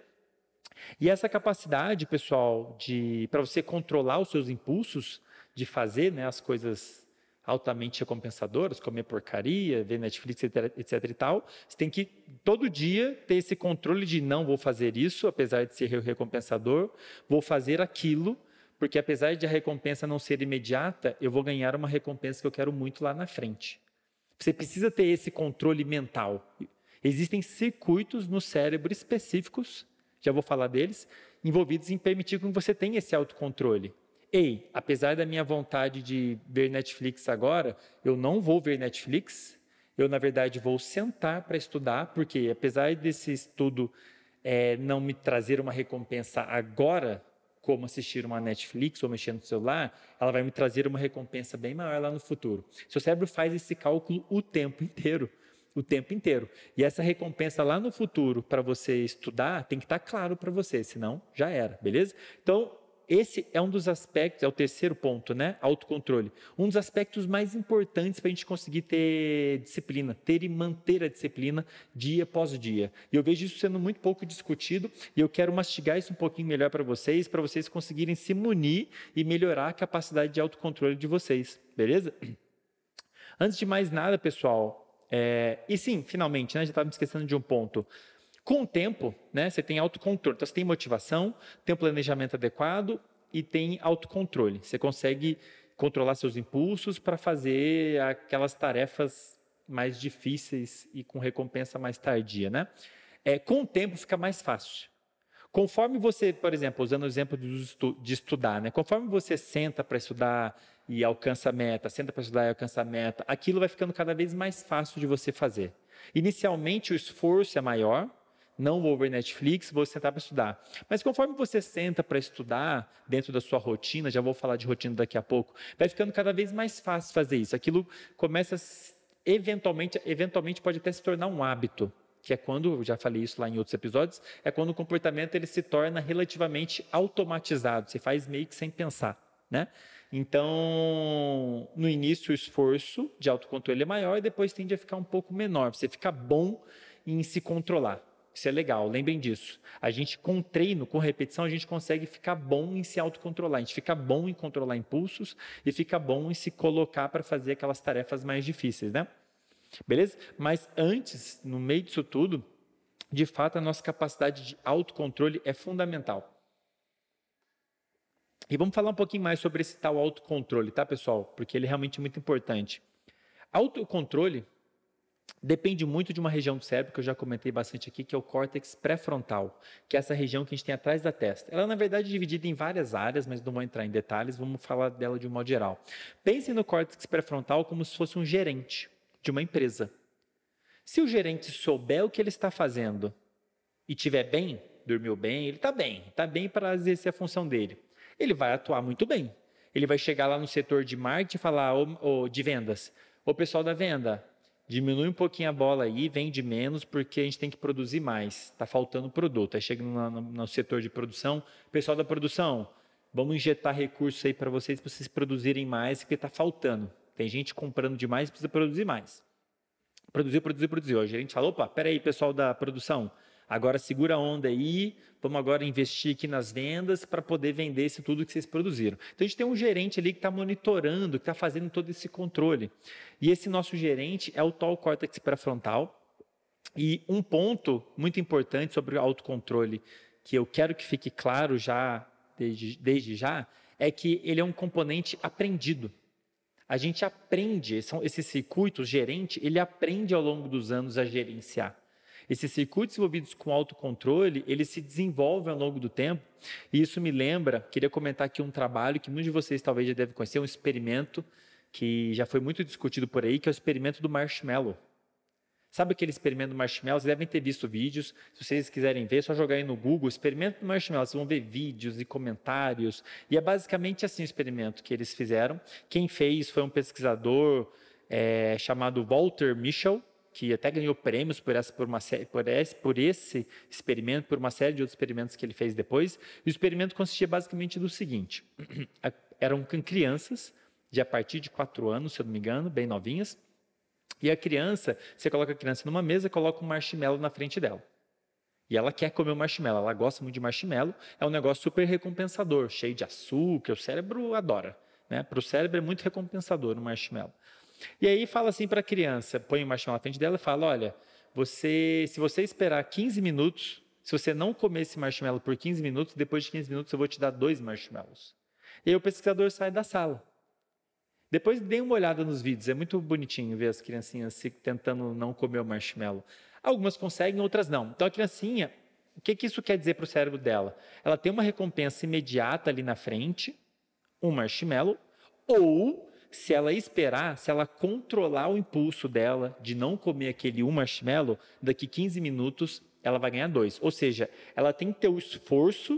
E essa capacidade, pessoal, de para você controlar os seus impulsos, de fazer, né, as coisas altamente recompensadoras, comer porcaria, ver Netflix, etc, etc e tal, você tem que todo dia ter esse controle de não vou fazer isso, apesar de ser recompensador, vou fazer aquilo, porque apesar de a recompensa não ser imediata, eu vou ganhar uma recompensa que eu quero muito lá na frente. Você precisa ter esse controle mental. Existem circuitos no cérebro específicos, já vou falar deles, envolvidos em permitir que você tenha esse autocontrole. Ei, apesar da minha vontade de ver Netflix agora, eu não vou ver Netflix, eu na verdade vou sentar para estudar, porque apesar desse estudo é, não me trazer uma recompensa agora, como assistir uma Netflix ou mexer no celular, ela vai me trazer uma recompensa bem maior lá no futuro. Seu cérebro faz esse cálculo o tempo inteiro, o tempo inteiro. E essa recompensa lá no futuro, para você estudar, tem que estar claro para você, senão já era, beleza? Então, esse é um dos aspectos, é o terceiro ponto, né? Autocontrole. Um dos aspectos mais importantes para a gente conseguir ter disciplina, ter e manter a disciplina dia após dia. E eu vejo isso sendo muito pouco discutido e eu quero mastigar isso um pouquinho melhor para vocês, para vocês conseguirem se munir e melhorar a capacidade de autocontrole de vocês, beleza? Antes de mais nada, pessoal, é... e sim, finalmente, né? Já estava me esquecendo de um ponto. Com o tempo, né, você tem autocontrole. Então, você tem motivação, tem um planejamento adequado e tem autocontrole. Você consegue controlar seus impulsos para fazer aquelas tarefas mais difíceis e com recompensa mais tardia, né? É, com o tempo fica mais fácil. Conforme você, por exemplo, usando o exemplo de, estu de estudar, né? Conforme você senta para estudar e alcança a meta, senta para estudar e alcança a meta, aquilo vai ficando cada vez mais fácil de você fazer. Inicialmente, o esforço é maior, não vou ver Netflix, vou sentar para estudar. Mas conforme você senta para estudar, dentro da sua rotina, já vou falar de rotina daqui a pouco, vai ficando cada vez mais fácil fazer isso. Aquilo começa, eventualmente, eventualmente pode até se tornar um hábito, que é quando, já falei isso lá em outros episódios, é quando o comportamento ele se torna relativamente automatizado, você faz meio que sem pensar, né? Então, no início o esforço de autocontrole é maior e depois tende a ficar um pouco menor, você fica bom em se controlar. Isso é legal, lembrem disso. A gente, com treino, com repetição, a gente consegue ficar bom em se autocontrolar. A gente fica bom em controlar impulsos e fica bom em se colocar para fazer aquelas tarefas mais difíceis, né? Beleza? Mas antes, no meio disso tudo, de fato, a nossa capacidade de autocontrole é fundamental. E vamos falar um pouquinho mais sobre esse tal autocontrole, tá, pessoal? Porque ele é realmente muito importante. Autocontrole depende muito de uma região do cérebro, que eu já comentei bastante aqui, que é o córtex pré-frontal, que é essa região que a gente tem atrás da testa. Ela, na verdade, é dividida em várias áreas, mas não vou entrar em detalhes, vamos falar dela de um modo geral. Pensem no córtex pré-frontal como se fosse um gerente de uma empresa. Se o gerente souber o que ele está fazendo e estiver bem, dormiu bem, ele está bem, está bem para exercer a função dele, ele vai atuar muito bem. Ele vai chegar lá no setor de marketing e falar, ô, ô, de vendas, ô pessoal da venda, diminui um pouquinho a bola aí, vende menos, porque a gente tem que produzir mais, está faltando produto. Aí chega no, no, no setor de produção, pessoal da produção, vamos injetar recursos aí para vocês, para vocês produzirem mais, porque está faltando. Tem gente comprando demais, precisa produzir mais. Produziu, produziu, produziu. A gerente fala, opa, peraí, pessoal da produção, agora segura a onda aí, vamos agora investir aqui nas vendas para poder vender isso tudo que vocês produziram. Então, a gente tem um gerente ali que está monitorando, que está fazendo todo esse controle. E esse nosso gerente é o tal córtex pré-frontal. E um ponto muito importante sobre o autocontrole que eu quero que fique claro já, desde, desde já, é que ele é um componente aprendido. A gente aprende, são esses circuitos, o gerente, ele aprende ao longo dos anos a gerenciar. Esses circuitos envolvidos com autocontrole, eles se desenvolvem ao longo do tempo, e isso me lembra, queria comentar aqui um trabalho que muitos de vocês talvez já devem conhecer, um experimento que já foi muito discutido por aí, que é o experimento do marshmallow. Sabe aquele experimento do marshmallow? Vocês devem ter visto vídeos. Se vocês quiserem ver, é só jogar aí no Google, experimento do marshmallow. Vocês vão ver vídeos e comentários. E é basicamente assim o experimento que eles fizeram. Quem fez foi um pesquisador é, chamado Walter Mischel, que até ganhou prêmios por, essa, por, uma, por, esse, por esse experimento, por uma série de outros experimentos que ele fez depois. E o experimento consistia basicamente do seguinte. Eram crianças de a partir de quatro anos, se eu não me engano, bem novinhas. E a criança, você coloca a criança numa mesa, coloca um marshmallow na frente dela. E ela quer comer o marshmallow, ela gosta muito de marshmallow, é um negócio super recompensador, cheio de açúcar, o cérebro adora. Né? Para o cérebro é muito recompensador o marshmallow. E aí fala assim para a criança, põe o marshmallow na frente dela e fala, olha, você, se você esperar quinze minutos, se você não comer esse marshmallow por quinze minutos, depois de quinze minutos eu vou te dar dois marshmallows. E aí o pesquisador sai da sala. Depois dê uma olhada nos vídeos, é muito bonitinho ver as criancinhas se, tentando não comer o marshmallow. Algumas conseguem, outras não. Então a criancinha, o que, que isso quer dizer para o cérebro dela? Ela tem uma recompensa imediata ali na frente, um marshmallow, ou se ela esperar, se ela controlar o impulso dela de não comer aquele um marshmallow, daqui quinze minutos ela vai ganhar dois. Ou seja, ela tem que ter o esforço,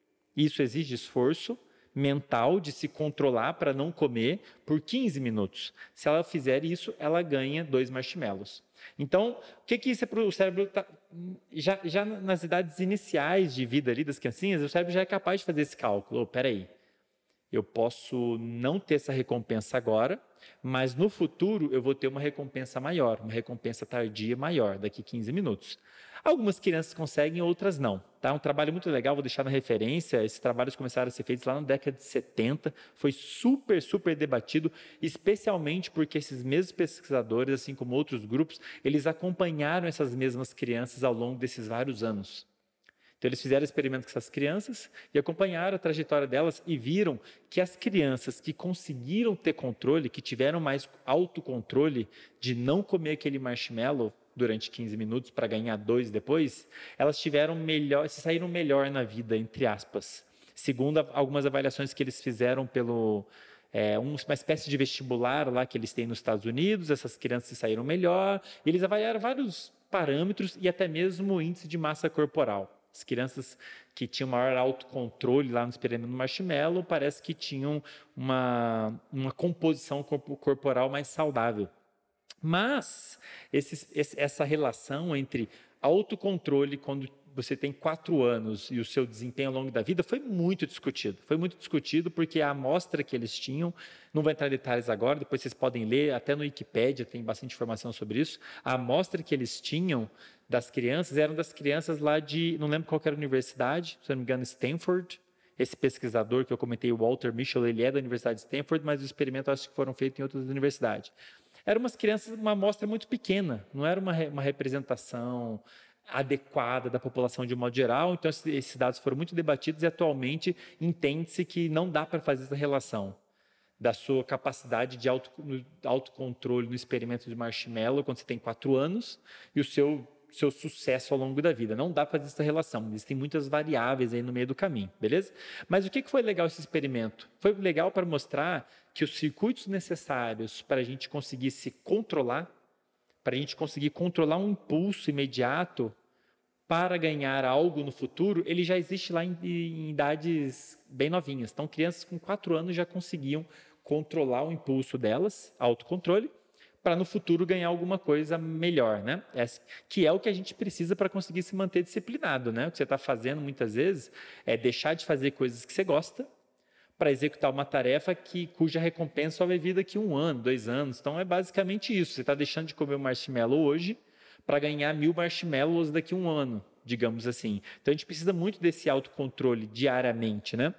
e isso exige esforço, mental de se controlar para não comer por quinze minutos. Se ela fizer isso, ela ganha dois marshmallows. Então, o que, que isso é para o cérebro? Tá, já, já nas idades iniciais de vida ali das criancinhas, o cérebro já é capaz de fazer esse cálculo. Oh, peraí, eu posso não ter essa recompensa agora, mas no futuro eu vou ter uma recompensa maior, uma recompensa tardia maior, daqui quinze minutos. Algumas crianças conseguem, outras não. Tá? Um trabalho muito legal, vou deixar na referência. Esses trabalhos começaram a ser feitos lá na década de setenta. Foi super, super debatido, especialmente porque esses mesmos pesquisadores, assim como outros grupos, eles acompanharam essas mesmas crianças ao longo desses vários anos. Então, eles fizeram experimento com essas crianças e acompanharam a trajetória delas e viram que as crianças que conseguiram ter controle, que tiveram mais autocontrole de não comer aquele marshmallow durante quinze minutos para ganhar dois depois, elas tiveram melhor, se saíram melhor na vida, entre aspas. Segundo algumas avaliações que eles fizeram pelo é, uma espécie de vestibular lá que eles têm nos Estados Unidos, essas crianças se saíram melhor, e eles avaliaram vários parâmetros e até mesmo o índice de massa corporal. As crianças que tinham maior autocontrole lá no experimento do marshmallow, parece que tinham uma, uma composição corporal mais saudável. Mas esse, essa relação entre autocontrole, quando você tem quatro anos, e o seu desempenho ao longo da vida, foi muito discutido. Foi muito discutido porque a amostra que eles tinham, não vou entrar em detalhes agora, depois vocês podem ler, até no Wikipédia tem bastante informação sobre isso. A amostra que eles tinham das crianças eram das crianças lá de, não lembro qual era a universidade, se não me engano, Stanford. Esse pesquisador que eu comentei, o Walter Mischel, ele é da Universidade de Stanford, mas os experimentos acho que foram feitos em outras universidades. Eram umas crianças, uma amostra muito pequena, não era uma, uma representação adequada da população de um modo geral, então esses dados foram muito debatidos e atualmente entende-se que não dá para fazer essa relação da sua capacidade de auto, autocontrole no experimento de marshmallow quando você tem quatro anos e o seu, seu sucesso ao longo da vida. Não dá para fazer essa relação, existem muitas variáveis aí no meio do caminho, beleza? Mas o que foi legal esse experimento? Foi legal para mostrar que os circuitos necessários para a gente conseguir se controlar, para a gente conseguir controlar um impulso imediato para ganhar algo no futuro, ele já existe lá em, em idades bem novinhas. Então, crianças com quatro anos já conseguiam controlar o impulso delas, autocontrole, para no futuro ganhar alguma coisa melhor, né? Essa, que é o que a gente precisa para conseguir se manter disciplinado, né? O que você está fazendo muitas vezes é deixar de fazer coisas que você gosta para executar uma tarefa que, cuja recompensa só vai vir daqui um ano, dois anos. Então, é basicamente isso. Você está deixando de comer o marshmallow hoje para ganhar mil marshmallows daqui a um ano, digamos assim. Então, a gente precisa muito desse autocontrole diariamente, né?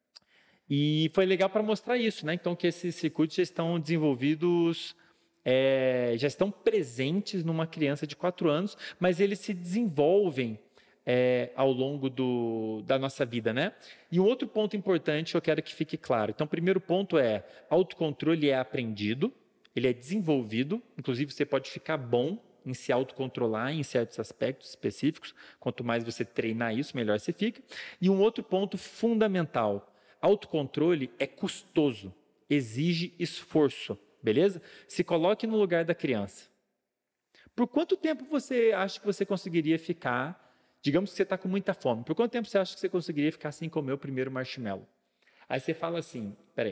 E foi legal para mostrar isso, né? Então, que esses circuitos já estão desenvolvidos, é, já estão presentes numa criança de quatro anos, mas eles se desenvolvem é, ao longo do, da nossa vida, né? E um outro ponto importante eu quero que fique claro. Então, o primeiro ponto é, autocontrole é aprendido, ele é desenvolvido, inclusive você pode ficar bom em se autocontrolar em certos aspectos específicos, quanto mais você treinar isso, melhor você fica. E um outro ponto fundamental, autocontrole é custoso, exige esforço, beleza? Se coloque no lugar da criança. Por quanto tempo você acha que você conseguiria ficar, digamos que você está com muita fome, por quanto tempo você acha que você conseguiria ficar sem comer o primeiro marshmallow? Aí você fala assim, peraí,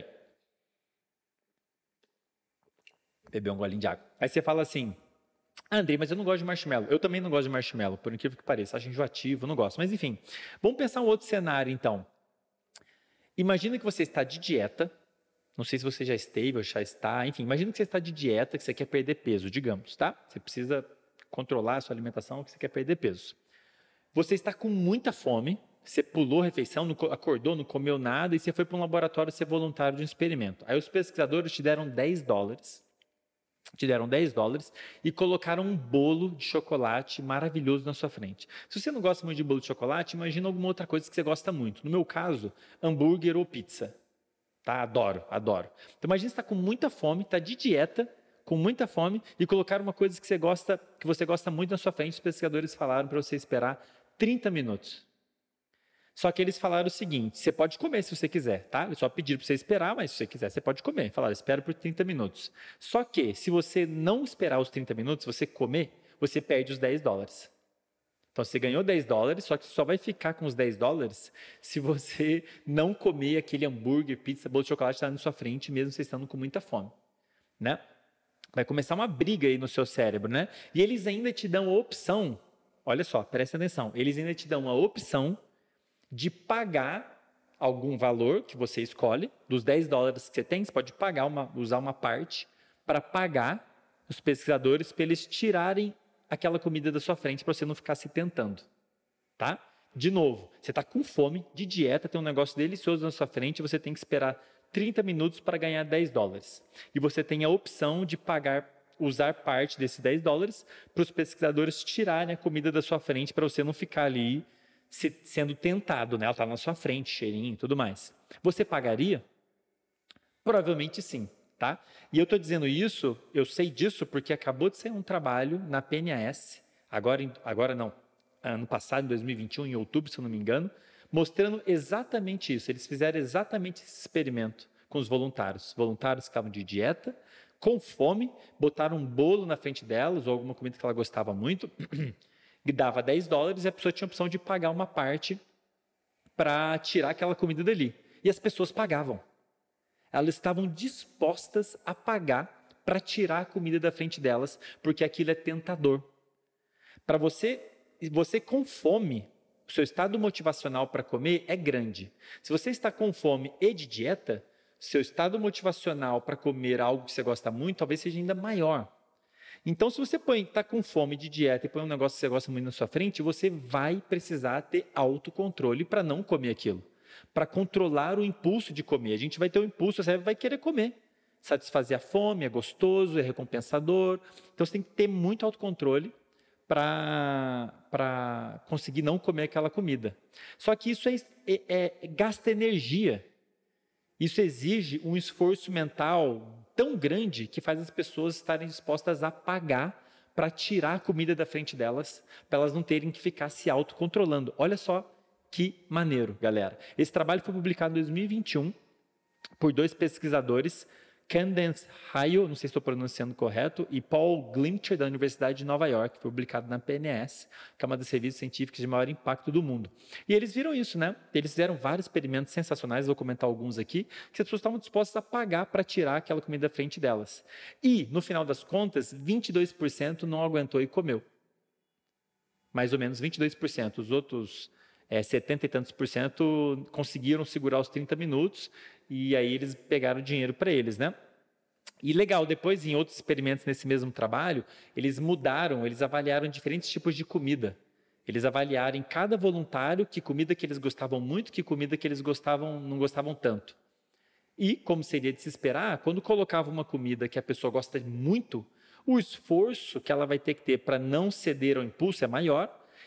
beber um golinho de água. Aí você fala assim, ah, Andrei, mas eu não gosto de marshmallow. Eu também não gosto de marshmallow, por incrível que pareça, acho enjoativo, não gosto. Mas enfim, vamos pensar um outro cenário então. Imagina que você está de dieta, não sei se você já esteve ou já está, enfim, imagina que você está de dieta, que você quer perder peso, digamos, tá? Você precisa controlar a sua alimentação, que você quer perder peso. Você está com muita fome, você pulou a refeição, não acordou, não comeu nada e você foi para um laboratório ser voluntário de um experimento. Aí os pesquisadores te deram dez dólares, te deram dez dólares e colocaram um bolo de chocolate maravilhoso na sua frente. Se você não gosta muito de bolo de chocolate, imagina alguma outra coisa que você gosta muito. No meu caso, hambúrguer ou pizza. Tá? Adoro, adoro. Então imagina você está com muita fome, está de dieta, com muita fome, e colocaram uma coisa que você gosta, que você gosta muito na sua frente, os pesquisadores falaram para você esperar trinta minutos. Só que eles falaram o seguinte, você pode comer se você quiser, tá? Eles só pediram para você esperar, mas se você quiser, você pode comer. Falaram, espera por trinta minutos. Só que, se você não esperar os trinta minutos, você comer, você perde os dez dólares. Então, você ganhou dez dólares, só que só vai ficar com os dez dólares se você não comer aquele hambúrguer, pizza, bolo de chocolate que está na sua frente, mesmo você estando com muita fome, né? Vai começar uma briga aí no seu cérebro, né? E eles ainda te dão a opção, olha só, presta atenção, eles ainda te dão a opção de pagar algum valor que você escolhe, dos dez dólares que você tem, você pode pagar uma, usar uma parte para pagar os pesquisadores para eles tirarem aquela comida da sua frente para você não ficar se tentando, tá? De novo, você está com fome, de dieta, tem um negócio delicioso na sua frente, você tem que esperar trinta minutos para ganhar dez dólares. E você tem a opção de pagar, usar parte desses dez dólares para os pesquisadores tirarem a comida da sua frente para você não ficar ali se, sendo tentado, né? Ela está na sua frente, cheirinho e tudo mais. Você pagaria? Provavelmente sim. Tá? E eu estou dizendo isso, eu sei disso porque acabou de sair um trabalho na P N A S, agora, agora não, ano passado, em dois mil e vinte e um, em outubro, se eu não me engano, mostrando exatamente isso. Eles fizeram exatamente esse experimento com os voluntários. Os voluntários estavam de dieta, com fome, botaram um bolo na frente delas, ou alguma comida que ela gostava muito, e dava dez dólares e a pessoa tinha a opção de pagar uma parte para tirar aquela comida dali. E as pessoas pagavam. Elas estavam dispostas a pagar para tirar a comida da frente delas, porque aquilo é tentador. Para você, você com fome, o seu estado motivacional para comer é grande. Se você está com fome e de dieta, seu estado motivacional para comer algo que você gosta muito, talvez seja ainda maior. Então, se você está com fome de dieta e põe um negócio que você gosta muito na sua frente, você vai precisar ter autocontrole para não comer aquilo. Para controlar o impulso de comer. A gente vai ter o impulso, você vai querer comer. Satisfazer a fome, é gostoso, é recompensador. Então, você tem que ter muito autocontrole para conseguir não comer aquela comida. Só que isso é, é, é, gasta energia. Isso exige um esforço mental tão grande que faz as pessoas estarem dispostas a pagar para tirar a comida da frente delas, para elas não terem que ficar se autocontrolando. Olha só que maneiro, galera. Esse trabalho foi publicado em dois mil e vinte e um por dois pesquisadores, Candace Hayo, não sei se estou pronunciando correto, e Paul Glimcher, da Universidade de Nova York, foi publicado na P N A S, que é uma das revistas científicas de maior impacto do mundo. E eles viram isso, né? Eles fizeram vários experimentos sensacionais, vou comentar alguns aqui, que as pessoas estavam dispostas a pagar para tirar aquela comida da frente delas. E, no final das contas, vinte e dois por cento não aguentou e comeu. Mais ou menos vinte e dois por cento. Os outros é, setenta e tantos por cento conseguiram segurar os trinta minutos e aí eles pegaram dinheiro para eles, né? E legal, depois em outros experimentos nesse mesmo trabalho, eles mudaram, eles avaliaram diferentes tipos de comida. Eles avaliaram em cada voluntário que comida que eles gostavam muito, que comida que eles gostavam, não gostavam tanto. E, como seria de se esperar, quando colocava uma comida que a pessoa gosta muito, o esforço que ela vai ter que ter para não ceder ao impulso é maior,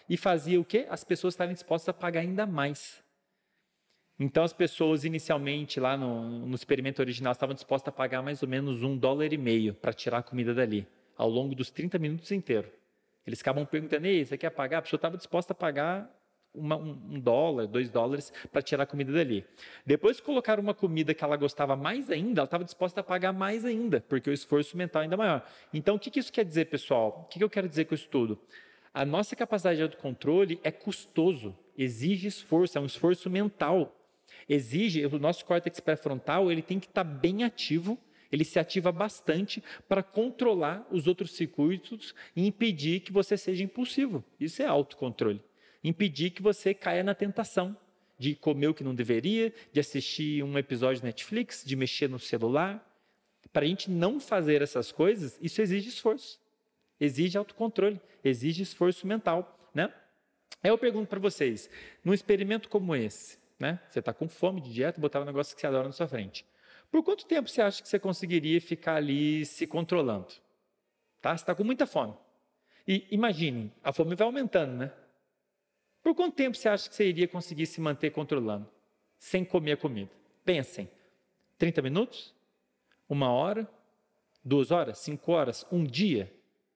e fazia o quê? As pessoas estarem dispostas a pagar ainda mais. Então, as pessoas inicialmente, lá no, no experimento original, estavam dispostas a pagar mais ou menos um dólar e meio para tirar a comida dali, ao longo dos trinta minutos inteiros. Eles acabam perguntando, ei, você quer pagar? A pessoa estava disposta a pagar uma, um, um dólar, dois dólares para tirar a comida dali. Depois que colocaram uma comida que ela gostava mais ainda, ela estava disposta a pagar mais ainda, porque o esforço mental é ainda maior. Então, o que, que isso quer dizer, pessoal? O que, que eu quero dizer com isso tudo? A nossa capacidade de autocontrole é custoso, exige esforço, é um esforço mental. Exige, o nosso córtex pré-frontal, ele tem que estar bem ativo, ele se ativa bastante para controlar os outros circuitos e impedir que você seja impulsivo. Isso é autocontrole. Impedir que você caia na tentação de comer o que não deveria, de assistir um episódio de Netflix, de mexer no celular. Para a gente não fazer essas coisas, isso exige esforço. Exige autocontrole, exige esforço mental, né? Aí eu pergunto para vocês, num experimento como esse, né? Você está com fome de dieta, botar um negócio que você adora na sua frente. Por quanto tempo você acha que você conseguiria ficar ali se controlando? Tá? Você está com muita fome. E imagine, a fome vai aumentando, né? Por quanto tempo você acha que você iria conseguir se manter controlando, sem comer a comida? Pensem, trinta minutos? Uma hora? Duas horas? Cinco horas? Um dia?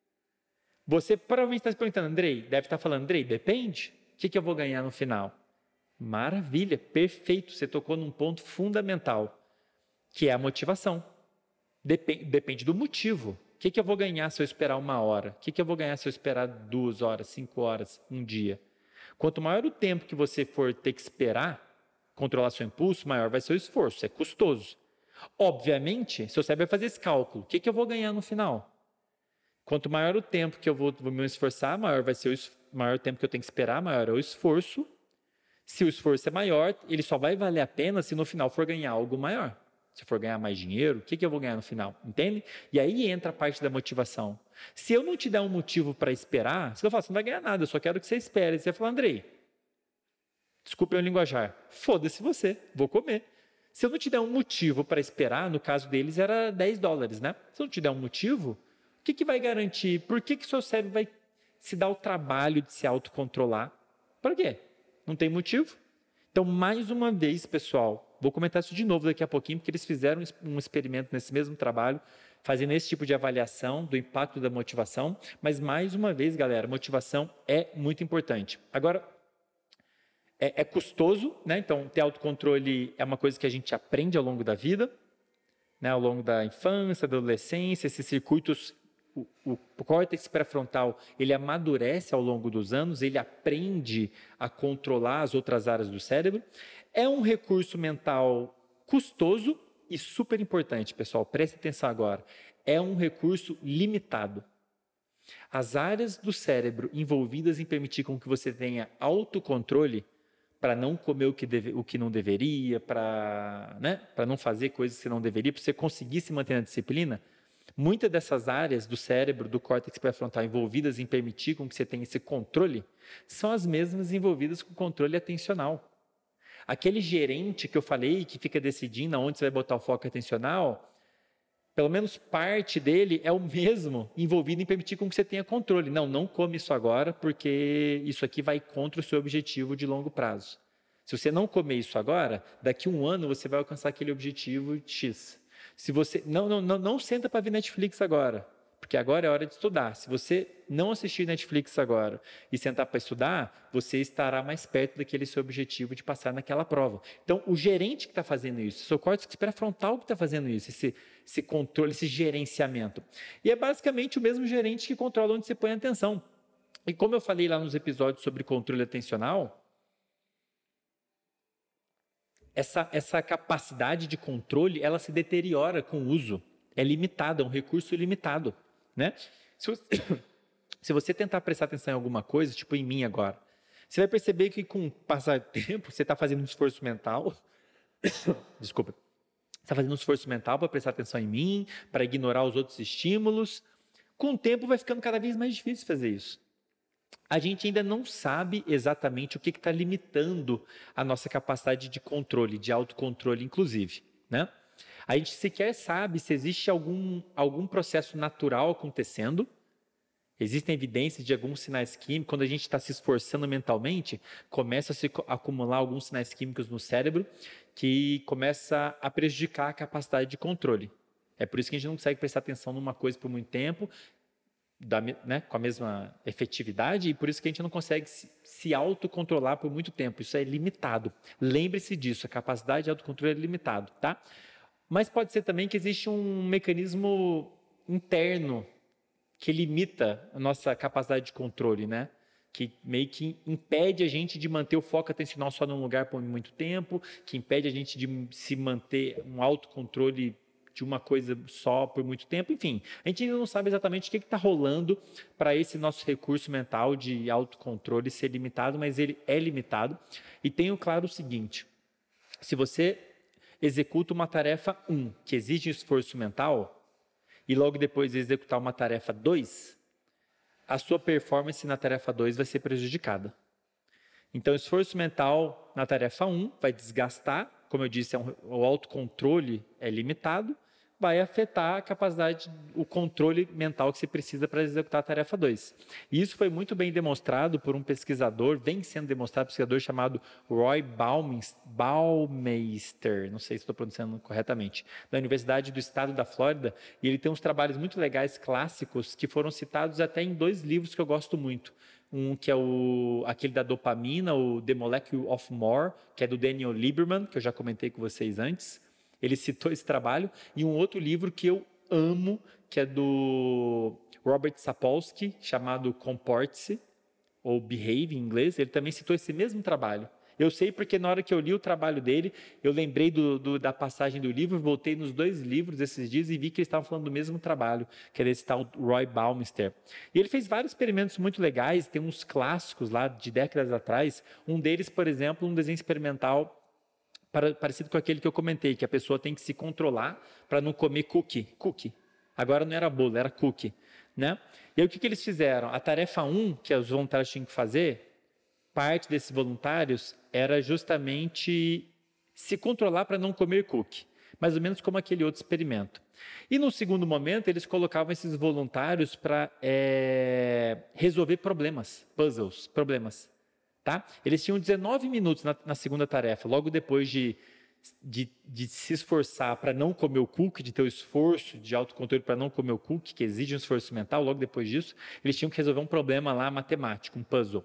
Você provavelmente está se perguntando, Andrei, deve estar falando, Andrei, depende. O que, que eu vou ganhar no final? Maravilha, perfeito, você tocou num ponto fundamental, que é a motivação. Depende, depende do motivo. O que, que eu vou ganhar se eu esperar uma hora? O que, que eu vou ganhar se eu esperar duas horas, cinco horas, um dia? Quanto maior o tempo que você for ter que esperar controlar seu impulso, maior vai ser o esforço, é custoso. Obviamente, seu cérebro vai fazer esse cálculo. O que, que eu vou ganhar no final? Quanto maior o tempo que eu vou, vou me esforçar, maior vai ser o maior tempo que eu tenho que esperar, maior é o esforço. Se o esforço é maior, ele só vai valer a pena se no final for ganhar algo maior. Se for ganhar mais dinheiro, o que, que eu vou ganhar no final? Entende? E aí entra a parte da motivação. Se eu não te der um motivo para esperar, se eu falar, você não vai ganhar nada, eu só quero que você espere. Você vai falar, Andrei, desculpe o linguajar, foda-se você, vou comer. Se eu não te der um motivo para esperar, no caso deles era dez dólares, né? Se eu não te der um motivo, o que, que vai garantir? Por que que seu cérebro vai se dar o trabalho de se autocontrolar? Para quê? Não tem motivo? Então, mais uma vez, pessoal, vou comentar isso de novo daqui a pouquinho, porque eles fizeram um experimento nesse mesmo trabalho, fazendo esse tipo de avaliação do impacto da motivação, mas mais uma vez, galera, motivação é muito importante. Agora, é, é custoso, né? Então, ter autocontrole é uma coisa que a gente aprende ao longo da vida, né? Ao longo da infância, da adolescência, esses circuitos. O, o córtex pré-frontal, ele amadurece ao longo dos anos, ele aprende a controlar as outras áreas do cérebro. É um recurso mental custoso e super importante, pessoal, preste atenção agora. É um recurso limitado. As áreas do cérebro envolvidas em permitir com que você tenha autocontrole para não comer o que, deve, o que não deveria, para, né, para não fazer coisas que você não deveria, para você conseguir se manter na disciplina, muitas dessas áreas do cérebro, do córtex pré-frontal, envolvidas em permitir com que você tenha esse controle, são as mesmas envolvidas com o controle atencional. Aquele gerente que eu falei, que fica decidindo aonde você vai botar o foco atencional, pelo menos parte dele é o mesmo envolvido em permitir com que você tenha controle. Não, não come isso agora, porque isso aqui vai contra o seu objetivo de longo prazo. Se você não comer isso agora, daqui a um ano você vai alcançar aquele objetivo X. Se você não, não, não, não senta para ver Netflix agora, porque agora é hora de estudar. Se você não assistir Netflix agora e sentar para estudar, você estará mais perto daquele seu objetivo de passar naquela prova. Então, o gerente que está fazendo isso, o seu córtex pré-frontal que está fazendo isso, esse, esse controle, esse gerenciamento. E é basicamente o mesmo gerente que controla onde você põe a atenção. E como eu falei lá nos episódios sobre controle atencional, Essa, essa capacidade de controle, ela se deteriora com o uso. É limitada, é um recurso limitado. Né? Se, você, se você tentar prestar atenção em alguma coisa, tipo em mim agora, você vai perceber que com o passar do tempo, você está fazendo um esforço mental. Desculpa. Você está fazendo um esforço mental para prestar atenção em mim, para ignorar os outros estímulos. Com o tempo vai ficando cada vez mais difícil fazer isso. A gente ainda não sabe exatamente o que está limitando a nossa capacidade de controle, de autocontrole, inclusive. Né? A gente sequer sabe se existe algum, algum processo natural acontecendo Existem evidências de alguns sinais químicos, quando a gente está se esforçando mentalmente, começa a se acumular alguns sinais químicos no cérebro que começa a prejudicar a capacidade de controle. É por isso que a gente não consegue prestar atenção numa coisa por muito tempo, da, né, com a mesma efetividade, e por isso que a gente não consegue se, se autocontrolar por muito tempo. Isso é limitado. Lembre-se disso, a capacidade de autocontrole é limitado, tá? Mas pode ser também que existe um mecanismo interno que limita a nossa capacidade de controle, né? Que meio que impede a gente de manter o foco atencional só num lugar por muito tempo, que impede a gente de se manter um autocontrole de uma coisa só por muito tempo. Enfim, a gente ainda não sabe exatamente o que está rolando para esse nosso recurso mental de autocontrole ser limitado, mas ele é limitado. E tenho claro o seguinte, se você executa uma tarefa um, que exige esforço mental, e logo depois executar uma tarefa dois, a sua performance na tarefa dois vai ser prejudicada. Então, o esforço mental na tarefa um vai desgastar, como eu disse, é um, o autocontrole é limitado, vai afetar a capacidade, o controle mental que você precisa para executar a tarefa dois. E isso foi muito bem demonstrado por um pesquisador, vem sendo demonstrado por um pesquisador chamado Roy Baumeister, não sei se estou pronunciando corretamente, da Universidade do Estado da Flórida, e ele tem uns trabalhos muito legais, clássicos, que foram citados até em dois livros que eu gosto muito. Um que é o, aquele da dopamina, o The Molecule of More, que é do Daniel Lieberman, que eu já comentei com vocês antes. Ele citou esse trabalho, e um outro livro que eu amo, que é do Robert Sapolsky, chamado Comporte-se, ou Behave em inglês. Ele também citou esse mesmo trabalho. Eu sei porque na hora que eu li o trabalho dele, eu lembrei do, do, da passagem do livro, voltei nos dois livros esses dias e vi que eles estavam falando do mesmo trabalho, que era esse tal Roy Baumeister. E ele fez vários experimentos muito legais, tem uns clássicos lá de décadas atrás. Um deles, por exemplo, um desenho experimental parecido com aquele que eu comentei, que a pessoa tem que se controlar para não comer cookie. Cookie. Agora não era bolo, era cookie. Né? E aí o que, que eles fizeram? A tarefa um, que os voluntários tinham que fazer, parte desses voluntários era justamente se controlar para não comer cookie. Mais ou menos como aquele outro experimento. E no segundo momento, eles colocavam esses voluntários para é, resolver problemas, puzzles, problemas. Tá? Eles tinham dezenove minutos na, na segunda tarefa, logo depois de, de, de se esforçar para não comer o cookie, de ter o esforço de autocontrole para não comer o cookie, que exige um esforço mental, logo depois disso, eles tinham que resolver um problema lá matemático, um puzzle.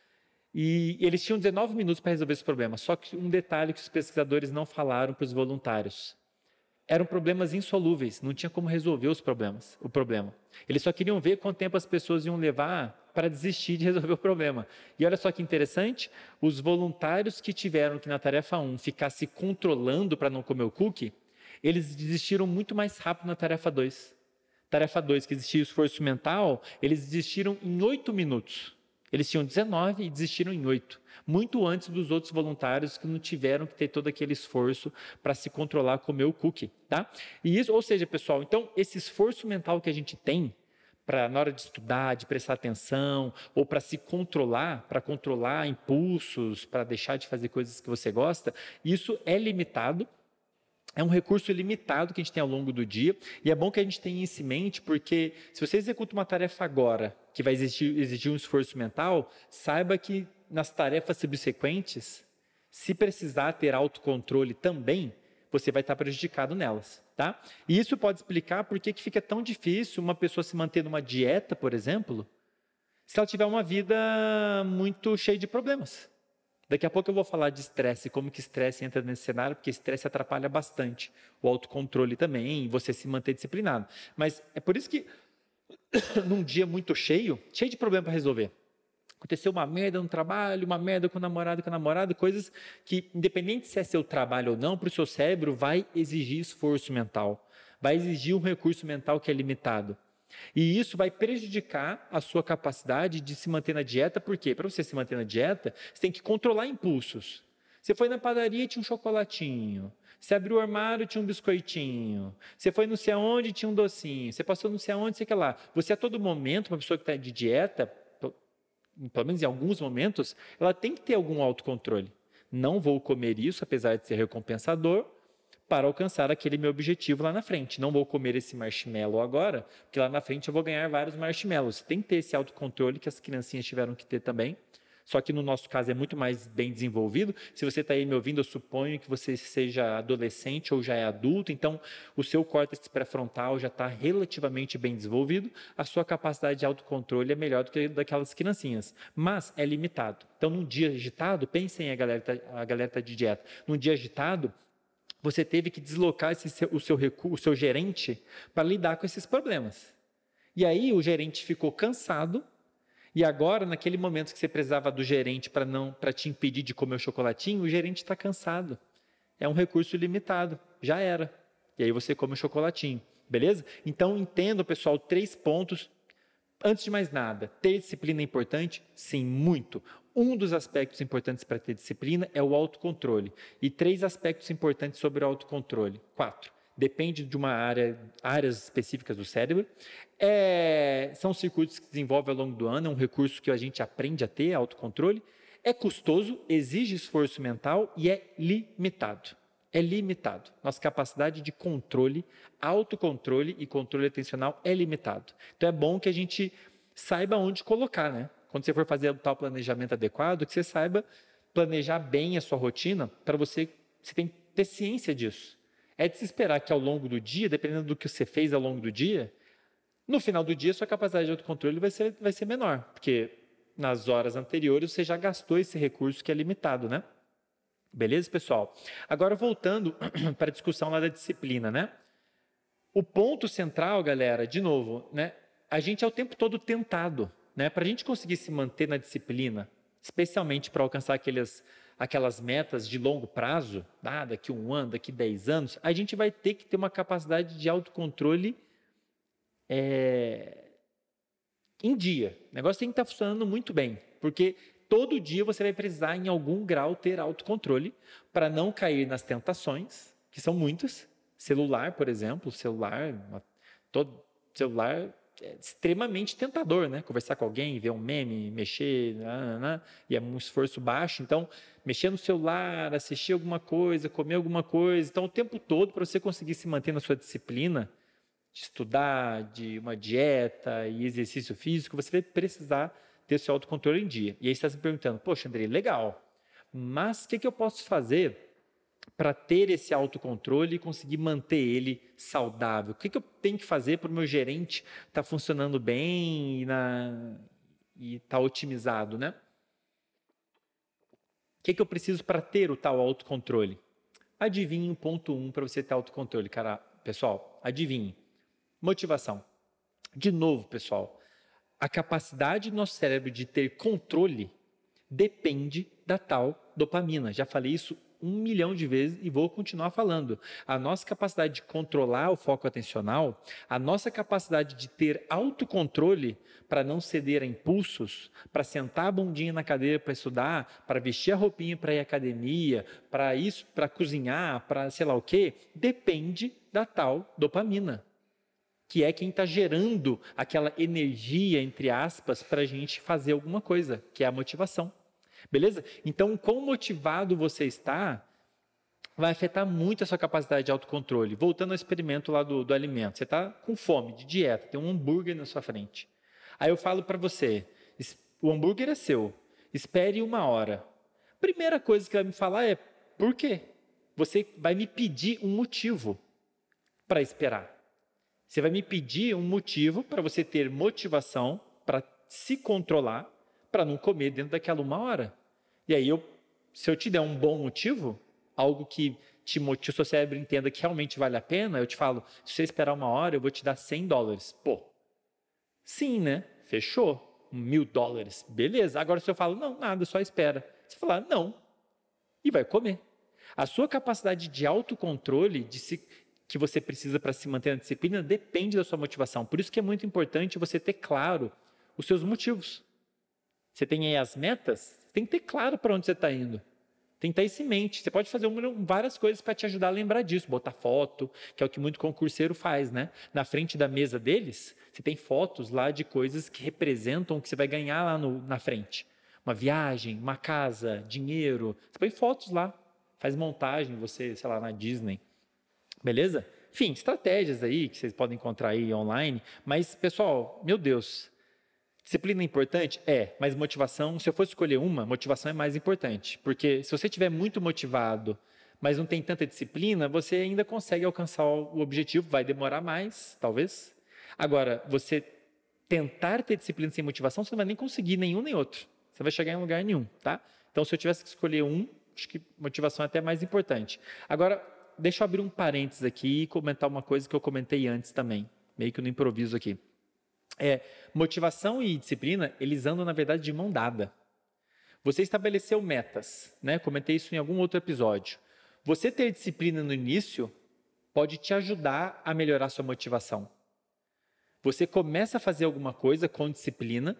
E eles tinham dezenove minutos para resolver esse problema, só que um detalhe que os pesquisadores não falaram para os voluntários. Eram problemas insolúveis, não tinha como resolver os problemas, o problema. Eles só queriam ver quanto tempo as pessoas iam levar para desistir de resolver o problema. E olha só que interessante, os voluntários que tiveram que na tarefa um ficar se controlando para não comer o cookie, eles desistiram muito mais rápido na tarefa dois. Tarefa dois, que existia o esforço mental, eles desistiram em oito minutos. Eles tinham dezenove e desistiram em oito. Muito antes dos outros voluntários que não tiveram que ter todo aquele esforço para se controlar, comer o cookie, tá? E isso, ou seja, pessoal, então esse esforço mental que a gente tem para na hora de estudar, de prestar atenção, ou para se controlar, para controlar impulsos, para deixar de fazer coisas que você gosta, isso é limitado. É um recurso limitado que a gente tem ao longo do dia, e é bom que a gente tenha isso em mente, porque se você executa uma tarefa agora, que vai exigir, exigir um esforço mental, saiba que nas tarefas subsequentes, se precisar ter autocontrole também, você vai estar prejudicado nelas, tá? E isso pode explicar por que fica tão difícil uma pessoa se manter numa dieta, por exemplo, se ela tiver uma vida muito cheia de problemas. Daqui a pouco eu vou falar de estresse, como que estresse entra nesse cenário, porque estresse atrapalha bastante o autocontrole também, e você se manter disciplinado. Mas é por isso que, num dia muito cheio, cheio de problema para resolver, aconteceu uma merda no trabalho, uma merda com o namorado, com a namorada, coisas que, independente se é seu trabalho ou não, para o seu cérebro vai exigir esforço mental, vai exigir um recurso mental que é limitado. E isso vai prejudicar a sua capacidade de se manter na dieta, porque para você se manter na dieta, você tem que controlar impulsos. Você foi na padaria e tinha um chocolatinho. Você abriu o armário e tinha um biscoitinho. Você foi não sei aonde e tinha um docinho. Você passou não sei aonde, sei que lá. Você a todo momento, uma pessoa que está de dieta, pelo menos em alguns momentos, ela tem que ter algum autocontrole. Não vou comer isso, apesar de ser recompensador, para alcançar aquele meu objetivo lá na frente. Não vou comer esse marshmallow agora, porque lá na frente eu vou ganhar vários marshmallows. Tem que ter esse autocontrole que as criancinhas tiveram que ter também. Só que no nosso caso é muito mais bem desenvolvido. Se você está aí me ouvindo, eu suponho que você seja adolescente ou já é adulto, então o seu córtex pré-frontal já está relativamente bem desenvolvido, a sua capacidade de autocontrole é melhor do que daquelas criancinhas, mas é limitado. Então, num dia agitado, pensem, a galera tá, a galera está de dieta, num dia agitado, você teve que deslocar esse seu, o, seu recu, o seu gerente para lidar com esses problemas. E aí o gerente ficou cansado. E agora, naquele momento que você precisava do gerente para não, para te impedir de comer o chocolatinho, o gerente está cansado. É um recurso limitado, já era. E aí você come o chocolatinho, beleza? Então, entendo, pessoal, três pontos. Antes de mais nada, ter disciplina é importante? Sim, muito. Um dos aspectos importantes para ter disciplina é o autocontrole. E três aspectos importantes sobre o autocontrole. Quatro. Depende de uma área, áreas específicas do cérebro. É, são circuitos que se desenvolvem ao longo do ano, é um recurso que a gente aprende a ter, autocontrole. É custoso, exige esforço mental e é limitado. É limitado. Nossa capacidade de controle, autocontrole e controle atencional é limitado. Então é bom que a gente saiba onde colocar, né? Quando você for fazer o tal planejamento adequado, que você saiba planejar bem a sua rotina para você, você tem que ter ciência disso. É de se esperar que ao longo do dia, dependendo do que você fez ao longo do dia, no final do dia, sua capacidade de autocontrole vai ser, vai ser menor, porque nas horas anteriores você já gastou esse recurso que é limitado, né? Beleza, pessoal? Agora, voltando para a discussão lá da disciplina, né? O ponto central, galera, de novo, né? A gente é o tempo todo tentado, né? Para a gente conseguir se manter na disciplina, especialmente para alcançar aqueles... aquelas metas de longo prazo, ah, daqui um ano, daqui dez anos, a gente vai ter que ter uma capacidade de autocontrole é, em dia. O negócio tem que estar funcionando muito bem, porque todo dia você vai precisar, em algum grau, ter autocontrole para não cair nas tentações, que são muitas. Celular, por exemplo, celular, todo celular é extremamente tentador, né? Conversar com alguém, ver um meme, mexer, nanana, e é um esforço baixo. Então, mexer no celular, assistir alguma coisa, comer alguma coisa. Então, o tempo todo, para você conseguir se manter na sua disciplina, de estudar, de uma dieta e exercício físico, você vai precisar ter seu autocontrole em dia. E aí você está se perguntando, poxa, Andrei, legal, mas o que, que eu posso fazer para ter esse autocontrole e conseguir manter ele saudável? O que, que eu tenho que fazer para o meu gerente estar tá funcionando bem e estar tá otimizado, né? O que, que eu preciso para ter o tal autocontrole? Adivinhe o ponto um para você ter autocontrole, cara. Pessoal, adivinhe. Motivação. De novo, pessoal, a capacidade do nosso cérebro de ter controle depende da tal dopamina. Já falei isso um milhão de vezes e vou continuar falando. A nossa capacidade de controlar o foco atencional, a nossa capacidade de ter autocontrole para não ceder a impulsos, para sentar a bundinha na cadeira para estudar, para vestir a roupinha para ir à academia, para isso, para cozinhar, para sei lá o quê, depende da tal dopamina, que é quem está gerando aquela energia, entre aspas, para a gente fazer alguma coisa, que é a motivação. Beleza? Então, quão motivado você está vai afetar muito a sua capacidade de autocontrole. Voltando ao experimento lá do, do alimento. Você está com fome, de dieta, tem um hambúrguer na sua frente. Aí eu falo para você, o hambúrguer é seu, espere uma hora. Primeira coisa que vai me falar é, por quê? Você vai me pedir um motivo para esperar. Você vai me pedir um motivo para você ter motivação, para se controlar, para não comer dentro daquela uma hora. E aí, eu, se eu te der um bom motivo, algo que te motive, o seu cérebro entenda que realmente vale a pena, eu te falo, se você esperar uma hora, eu vou te dar cem dólares. Pô, sim, né? Fechou. Mil dólares. Beleza. Agora, se eu falo, não, nada, só espera. Você falar, não. E vai comer. A sua capacidade de autocontrole, de se... que você precisa para se manter na disciplina, depende da sua motivação. Por isso que é muito importante você ter claro os seus motivos. Você tem aí as metas, tem que ter claro para onde você está indo. Tem que ter isso em mente. Você pode fazer um, várias coisas para te ajudar a lembrar disso. Botar foto, que é o que muito concurseiro faz, né? Na frente da mesa deles, você tem fotos lá de coisas que representam o que você vai ganhar lá no, na frente. Uma viagem, uma casa, dinheiro. Você põe fotos lá. Faz montagem, você, sei lá, na Disney. Beleza? Enfim, estratégias aí que vocês podem encontrar aí online. Mas, pessoal, meu Deus, disciplina é importante? É, mas motivação, se eu fosse escolher uma, motivação é mais importante. Porque se você estiver muito motivado, mas não tem tanta disciplina, você ainda consegue alcançar o objetivo, vai demorar mais, talvez. Agora, você tentar ter disciplina sem motivação, você não vai nem conseguir nenhum nem outro. Você vai chegar em lugar nenhum, tá? Então, se eu tivesse que escolher um, acho que motivação é até mais importante. Agora, deixa eu abrir um parênteses aqui e comentar uma coisa que eu comentei antes também, meio que no improviso aqui. É, motivação e disciplina, eles andam, na verdade, de mão dada. Você estabeleceu metas, né? Comentei isso em algum outro episódio. Você ter disciplina no início pode te ajudar a melhorar sua motivação. Você começa a fazer alguma coisa com disciplina,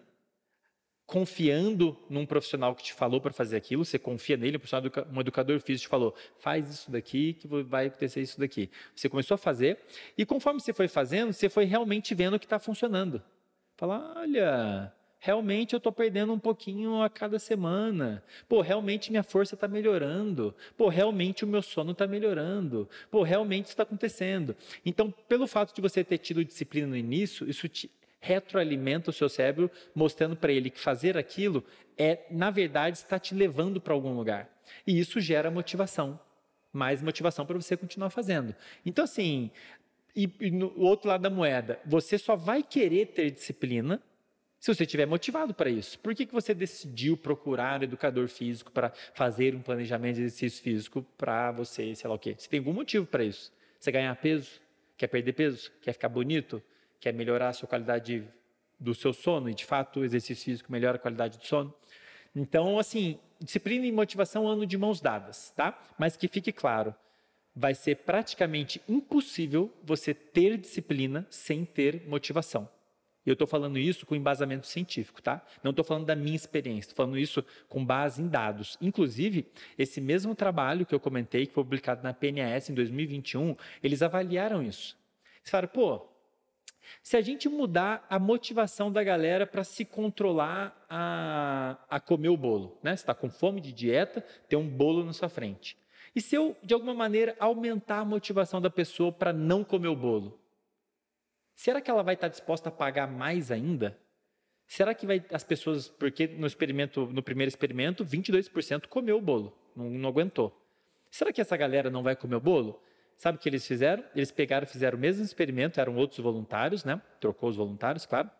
confiando num profissional que te falou para fazer aquilo, você confia nele, um, profissional, um educador físico te falou, faz isso daqui que vai acontecer isso daqui. Você começou a fazer e conforme você foi fazendo, você foi realmente vendo que está funcionando. Fala, olha, realmente eu estou perdendo um pouquinho a cada semana. Pô, realmente minha força está melhorando. Pô, realmente o meu sono está melhorando. Pô, realmente isso está acontecendo. Então, pelo fato de você ter tido disciplina no início, isso te retroalimenta o seu cérebro, mostrando para ele que fazer aquilo é, na verdade, está te levando para algum lugar. E isso gera motivação. Mais motivação para você continuar fazendo. Então, assim, e, e no outro lado da moeda, você só vai querer ter disciplina se você estiver motivado para isso. Por que, que você decidiu procurar um educador físico para fazer um planejamento de exercício físico para você, sei lá o quê? Você tem algum motivo para isso? Você ganhar peso? Quer perder peso? Quer ficar bonito? Quer melhorar a sua qualidade do seu sono? E, de fato, o exercício físico melhora a qualidade do sono? Então, assim, disciplina e motivação andam de mãos dadas, tá? Mas que fique claro, vai ser praticamente impossível você ter disciplina sem ter motivação. E eu estou falando isso com embasamento científico, tá? Não estou falando da minha experiência, estou falando isso com base em dados. Inclusive, esse mesmo trabalho que eu comentei, que foi publicado na P N A S em dois mil e vinte e um, eles avaliaram isso. Eles falaram, pô, se a gente mudar a motivação da galera para se controlar a, a comer o bolo, né? Você está com fome de dieta, tem um bolo na sua frente. E se eu, de alguma maneira, aumentar a motivação da pessoa para não comer o bolo? Será que ela vai estar disposta a pagar mais ainda? Será que vai, as pessoas, porque no experimento, no primeiro experimento, vinte e dois por cento comeu o bolo, não, não aguentou. Será que essa galera não vai comer o bolo? Sabe o que eles fizeram? Eles pegaram, fizeram o mesmo experimento, eram outros voluntários, né? Trocou os voluntários, claro.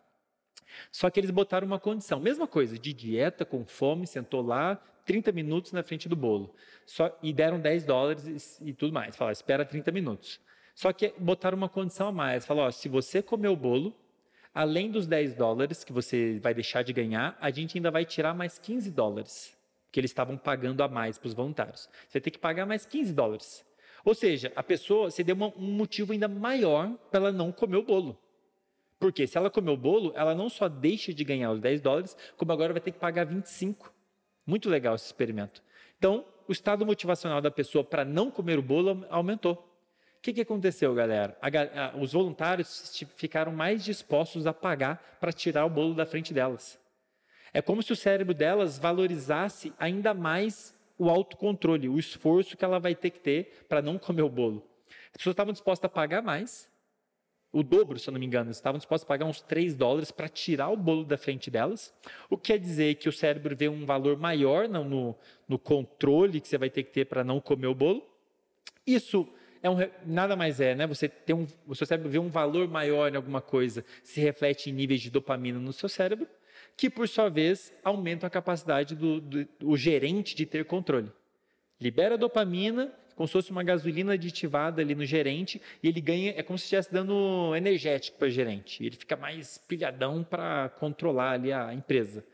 Só que eles botaram uma condição, mesma coisa, de dieta, com fome, sentou lá, trinta minutos na frente do bolo. Só, e deram dez dólares e, e tudo mais. Falaram, espera trinta minutos. Só que botaram uma condição a mais. Falaram, ó, se você comer o bolo, além dos dez dólares que você vai deixar de ganhar, a gente ainda vai tirar mais quinze dólares, que eles estavam pagando a mais para os voluntários. Você vai ter que pagar mais quinze dólares. Ou seja, a pessoa, você deu uma, um motivo ainda maior para ela não comer o bolo. Porque se ela comer o bolo, ela não só deixa de ganhar os dez dólares, como agora vai ter que pagar vinte e cinco. Muito legal esse experimento. Então, o estado motivacional da pessoa para não comer o bolo aumentou. O que, que aconteceu, galera? A, a, os voluntários ficaram mais dispostos a pagar para tirar o bolo da frente delas. É como se o cérebro delas valorizasse ainda mais o autocontrole, o esforço que ela vai ter que ter para não comer o bolo. As pessoas estavam dispostas a pagar mais, o dobro, se eu não me engano, estavam dispostos a pagar uns três dólares para tirar o bolo da frente delas, o que quer dizer que o cérebro vê um valor maior no, no, no controle que você vai ter que ter para não comer o bolo. Isso é um, nada mais é, né? Você tem um, o seu cérebro vê um valor maior em alguma coisa, se reflete em níveis de dopamina no seu cérebro, que por sua vez aumentam a capacidade do, do, do gerente de ter controle. Libera dopamina, como se fosse uma gasolina aditivada ali no gerente, e ele ganha, é como se estivesse dando energético para o gerente. Ele fica mais pilhadão para controlar ali a empresa.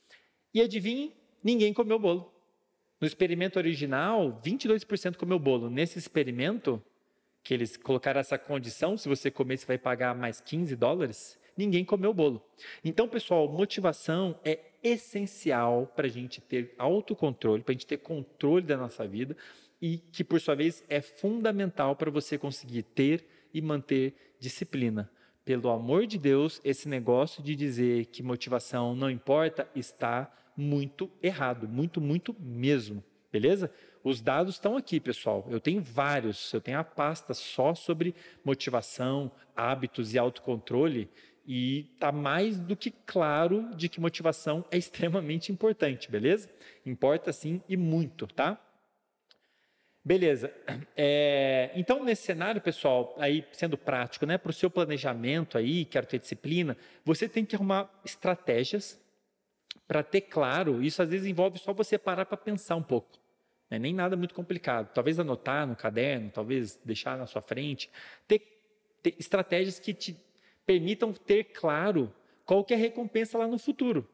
E adivinhe, ninguém comeu o bolo. No experimento original, vinte e dois por cento comeu bolo. Nesse experimento, que eles colocaram essa condição, se você comer, você vai pagar mais quinze dólares, ninguém comeu bolo. Então, pessoal, motivação é essencial para a gente ter autocontrole, para a gente ter controle da nossa vida e que, por sua vez, é fundamental para você conseguir ter e manter disciplina. Pelo amor de Deus, esse negócio de dizer que motivação não importa está muito errado, muito, muito mesmo, beleza? Os dados estão aqui, pessoal. Eu tenho vários, eu tenho a pasta só sobre motivação, hábitos e autocontrole, e está mais do que claro de que motivação é extremamente importante, beleza? Importa sim e muito, tá? Beleza. É, então, nesse cenário, pessoal, aí sendo prático, né, para o seu planejamento aí, quero ter disciplina, você tem que arrumar estratégias para ter claro. Isso às vezes envolve só você parar para pensar um pouco. Não é nem nada muito complicado. Talvez anotar no caderno, talvez deixar na sua frente. Ter, ter estratégias que te permitam ter claro qual que é a recompensa lá no futuro.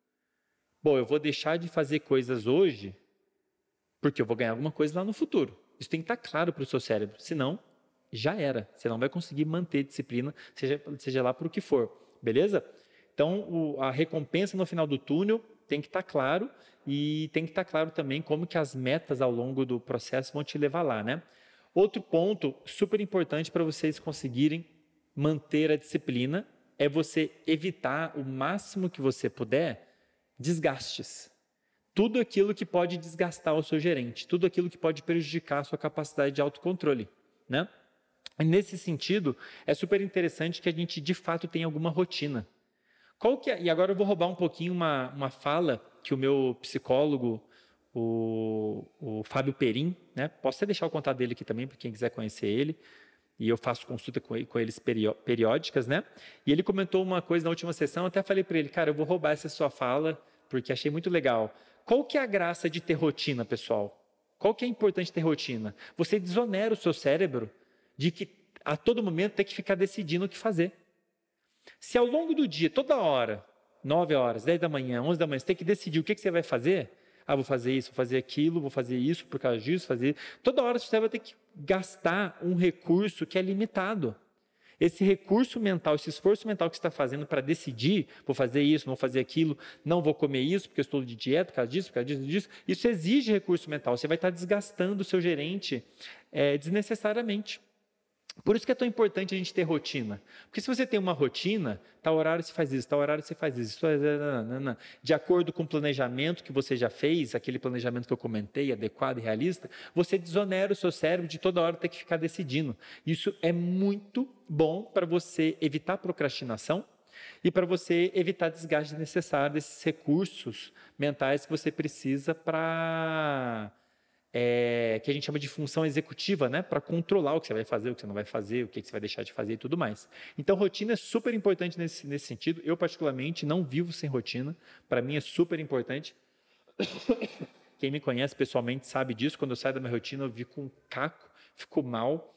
Bom, eu vou deixar de fazer coisas hoje porque eu vou ganhar alguma coisa lá no futuro. Isso tem que estar claro para o seu cérebro, senão já era. Você não vai conseguir manter disciplina, seja, seja lá por o que for, beleza? Então, o, a recompensa no final do túnel tem que estar claro e tem que estar claro também como que as metas ao longo do processo vão te levar lá, né? Outro ponto super importante para vocês conseguirem manter a disciplina é você evitar o máximo que você puder desgastes. Tudo aquilo que pode desgastar o seu gerente, tudo aquilo que pode prejudicar a sua capacidade de autocontrole, né? E nesse sentido, é super interessante que a gente, de fato, tenha alguma rotina. Qual que é? E agora eu vou roubar um pouquinho uma, uma fala que o meu psicólogo, o, o Fábio Perim, né? Posso até deixar o contato dele aqui também, para quem quiser conhecer ele, e eu faço consulta com, ele, com eles periódicas, né? E ele comentou uma coisa na última sessão, eu até falei para ele, cara, eu vou roubar essa sua fala, porque achei muito legal. Qual que é a graça de ter rotina, pessoal? Qual que é importante ter rotina? Você desonera o seu cérebro de que a todo momento tem que ficar decidindo o que fazer. Se ao longo do dia, toda hora, nove horas, dez da manhã, onze da manhã, você tem que decidir o que, que você vai fazer, ah, vou fazer isso, vou fazer aquilo, vou fazer isso por causa disso, fazer... Toda hora você vai ter que gastar um recurso que é limitado. Esse recurso mental, esse esforço mental que você está fazendo para decidir, vou fazer isso, não vou fazer aquilo, não vou comer isso, porque eu estou de dieta, por causa disso, por causa disso, disso, isso exige recurso mental. Você vai estar desgastando o seu gerente é, desnecessariamente. Por isso que é tão importante a gente ter rotina. Porque se você tem uma rotina, tal horário você faz isso, tal horário você faz isso, de acordo com o planejamento que você já fez, aquele planejamento que eu comentei, adequado e realista, você desonera o seu cérebro de toda hora ter que ficar decidindo. Isso é muito bom para você evitar procrastinação e para você evitar desgaste desnecessário desses recursos mentais que você precisa para... É, que a gente chama de função executiva, né? Para controlar o que você vai fazer, o que você não vai fazer, o que você vai deixar de fazer e tudo mais. Então, rotina é super importante nesse, nesse sentido. Eu, particularmente, não vivo sem rotina. Para mim, é super importante. Quem me conhece pessoalmente sabe disso. Quando eu saio da minha rotina, eu fico um caco, fico mal.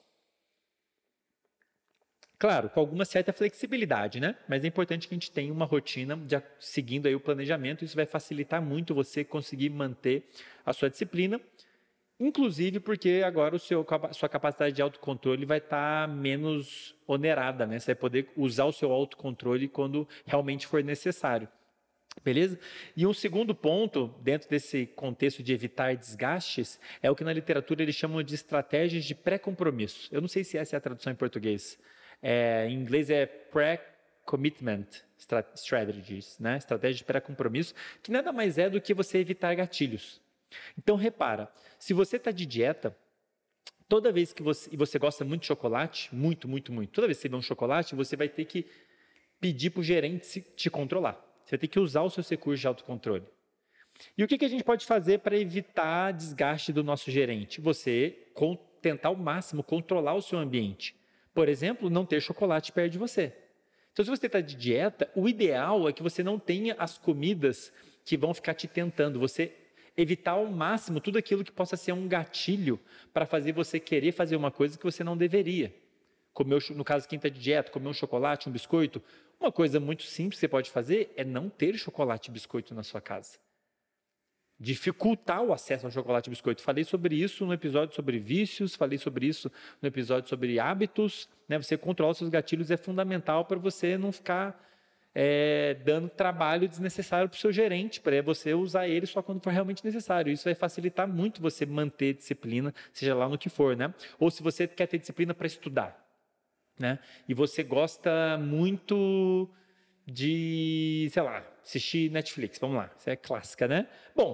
Claro, com alguma certa flexibilidade, né? Mas é importante que a gente tenha uma rotina de, seguindo aí o planejamento. Isso vai facilitar muito você conseguir manter a sua disciplina. Inclusive porque agora o seu, a sua capacidade de autocontrole vai estar menos onerada, né? Você vai poder usar o seu autocontrole quando realmente for necessário. Beleza? E um segundo ponto, dentro desse contexto de evitar desgastes, é o que na literatura eles chamam de estratégias de pré-compromisso. Eu não sei se essa é a tradução em português. É, em inglês é pré-commitment strategies, né? Estratégia de pré-compromisso, que nada mais é do que você evitar gatilhos. Então, repara, se você está de dieta, toda vez que você, e você gosta muito de chocolate, muito, muito, muito, toda vez que você vê um chocolate, você vai ter que pedir para o gerente te controlar. Você vai ter que usar os seus recursos de autocontrole. E o que, que a gente pode fazer para evitar desgaste do nosso gerente? Você com, tentar ao máximo controlar o seu ambiente. Por exemplo, não ter chocolate perto de você. Então, se você está de dieta, o ideal é que você não tenha as comidas que vão ficar te tentando. Você evitar ao máximo tudo aquilo que possa ser um gatilho para fazer você querer fazer uma coisa que você não deveria. Comer, no caso, quem está de dieta, comer um chocolate, um biscoito. Uma coisa muito simples que você pode fazer é não ter chocolate e biscoito na sua casa. Dificultar o acesso ao chocolate e biscoito. Falei sobre isso no episódio sobre vícios, falei sobre isso no episódio sobre hábitos. Né? Você controlar os seus gatilhos é fundamental para você não ficar é, dando trabalho desnecessário para o seu gerente, para você usar ele só quando for realmente necessário. Isso vai facilitar muito você manter disciplina, seja lá no que for. Né? Ou se você quer ter disciplina para estudar, né? E você gosta muito de, sei lá, assistir Netflix, vamos lá, isso é clássica, né? Bom,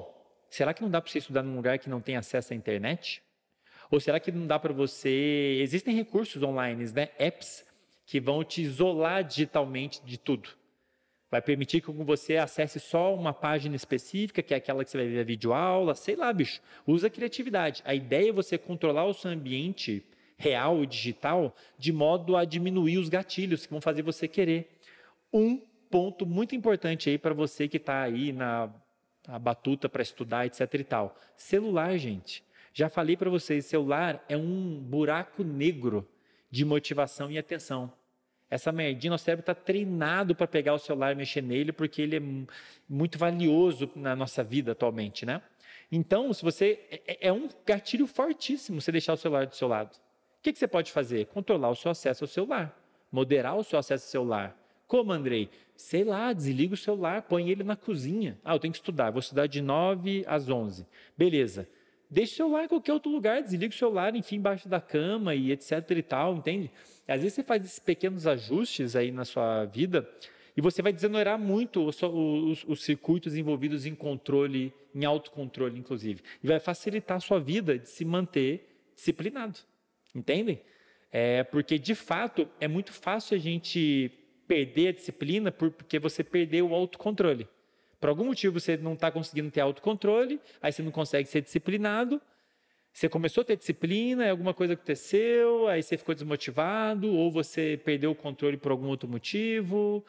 Será que não dá para você estudar num lugar que não tem acesso à internet? Ou será que não dá para você... Existem recursos online, né? Apps que vão te isolar digitalmente de tudo. Vai permitir que você acesse só uma página específica, que é aquela que você vai ver a videoaula, sei lá, bicho. Usa a criatividade. A ideia é você controlar o seu ambiente real e digital de modo a diminuir os gatilhos que vão fazer você querer. Um ponto muito importante aí para você que está aí na, na batuta para estudar, etc e tal. Celular, gente. Já falei para vocês, celular é um buraco negro de motivação e atenção. Essa merdinha, nosso cérebro está treinado para pegar o celular e mexer nele, porque ele é muito valioso na nossa vida atualmente, né? Então, se você é, é um gatilho fortíssimo você deixar o celular do seu lado. O que, que você pode fazer? Controlar o seu acesso ao celular, moderar o seu acesso ao celular. Como, Andrei? Sei lá, desliga o celular, põe ele na cozinha. Ah, eu tenho que estudar, vou estudar de nove às onze. Beleza. Deixa o celular em qualquer outro lugar, desliga o celular, enfim, embaixo da cama e etc e tal, entende? Às vezes você faz esses pequenos ajustes aí na sua vida e você vai desonerar muito os, os, os circuitos envolvidos em controle, em autocontrole, inclusive. E vai facilitar a sua vida de se manter disciplinado, entendem? É, porque, de fato, é muito fácil a gente perder a disciplina porque você perdeu o autocontrole. Por algum motivo você não está conseguindo ter autocontrole, aí você não consegue ser disciplinado, você começou a ter disciplina, alguma coisa aconteceu, aí você ficou desmotivado, ou você perdeu o controle por algum outro motivo,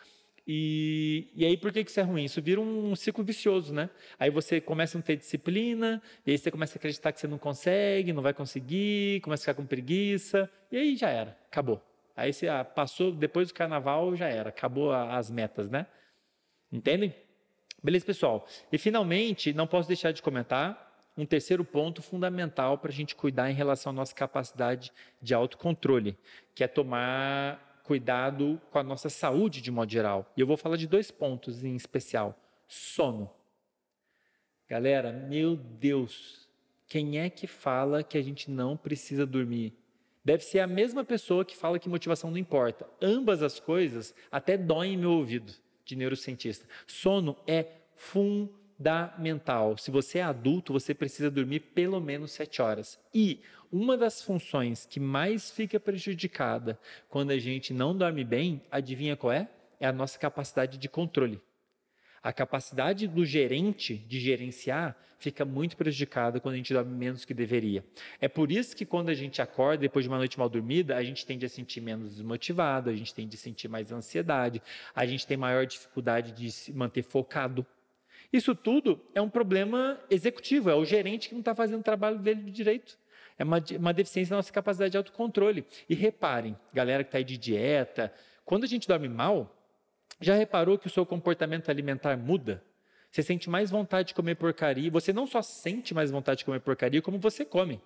e, e aí por que isso é ruim? Isso vira um ciclo vicioso, né? Aí você começa a não ter disciplina, e aí você começa a acreditar que você não consegue, não vai conseguir, começa a ficar com preguiça, e aí já era, acabou. Aí você ah, passou, depois do carnaval já era, acabou a, as metas, né? Entendem? Beleza, pessoal? E, finalmente, não posso deixar de comentar um terceiro ponto fundamental para a gente cuidar em relação à nossa capacidade de autocontrole, que é tomar cuidado com a nossa saúde de modo geral. E eu vou falar de dois pontos em especial. Sono. Galera, meu Deus, quem é que fala que a gente não precisa dormir? Deve ser a mesma pessoa que fala que motivação não importa. Ambas as coisas até doem em meu ouvido, de neurocientista. Sono é fundamental. Se você é adulto, você precisa dormir pelo menos sete horas. E uma das funções que mais fica prejudicada quando a gente não dorme bem, adivinha qual é? É a nossa capacidade de controle. A capacidade do gerente de gerenciar fica muito prejudicada quando a gente dorme menos do que deveria. É por isso que quando a gente acorda depois de uma noite mal dormida, a gente tende a sentir menos desmotivado, a gente tende a sentir mais ansiedade, a gente tem maior dificuldade de se manter focado. Isso tudo é um problema executivo, é o gerente que não está fazendo o trabalho dele direito. É uma, uma deficiência na nossa capacidade de autocontrole. E reparem, galera que está aí de dieta, quando a gente dorme mal, já reparou que o seu comportamento alimentar muda? Você sente mais vontade de comer porcaria. Você não só sente mais vontade de comer porcaria, como você come.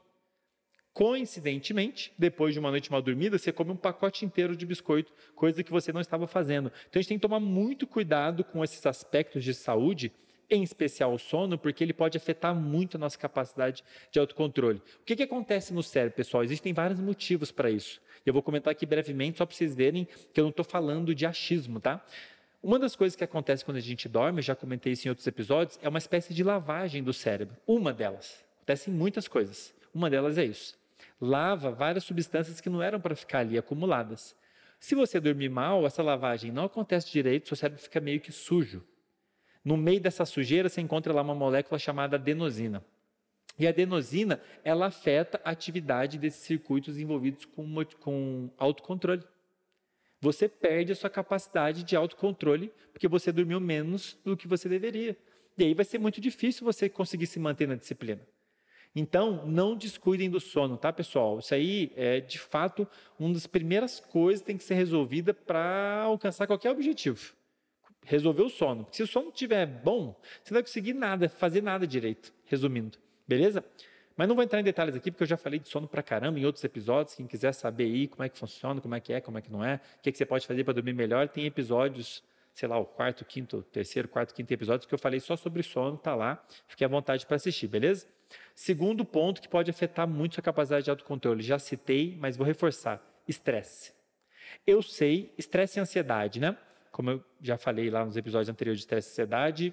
Coincidentemente, depois de uma noite mal dormida, você come um pacote inteiro de biscoito, coisa que você não estava fazendo. Então, a gente tem que tomar muito cuidado com esses aspectos de saúde, em especial o sono, porque ele pode afetar muito a nossa capacidade de autocontrole. O que, que acontece no cérebro, pessoal? Existem vários motivos para isso. Eu vou comentar aqui brevemente, só para vocês verem que eu não estou falando de achismo, tá? Uma das coisas que acontece quando a gente dorme, eu já comentei isso em outros episódios, é uma espécie de lavagem do cérebro. Uma delas. Acontecem muitas coisas. Uma delas é isso. Lava várias substâncias que não eram para ficar ali acumuladas. Se você dormir mal, essa lavagem não acontece direito, seu cérebro fica meio que sujo. No meio dessa sujeira, você encontra lá uma molécula chamada adenosina. E a adenosina, ela afeta a atividade desses circuitos envolvidos com, com autocontrole. Você perde a sua capacidade de autocontrole porque você dormiu menos do que você deveria. E aí vai ser muito difícil você conseguir se manter na disciplina. Então, não descuidem do sono, tá, pessoal? Isso aí é, de fato, uma das primeiras coisas que tem que ser resolvida para alcançar qualquer objetivo. Resolver o sono. Porque se o sono estiver bom, você não vai conseguir nada, fazer nada direito, resumindo. Beleza? Mas não vou entrar em detalhes aqui, porque eu já falei de sono pra caramba em outros episódios. Quem quiser saber aí como é que funciona, como é que é, como é que não é, o que, é que você pode fazer para dormir melhor, tem episódios, sei lá, o quarto, quinto, terceiro, quarto, quinto episódio que eu falei só sobre sono, tá lá. Fique à vontade para assistir, beleza? Segundo ponto que pode afetar muito sua capacidade de autocontrole, já citei, mas vou reforçar, estresse. Eu sei, estresse e ansiedade, né? Como eu já falei lá nos episódios anteriores de estresse e ansiedade,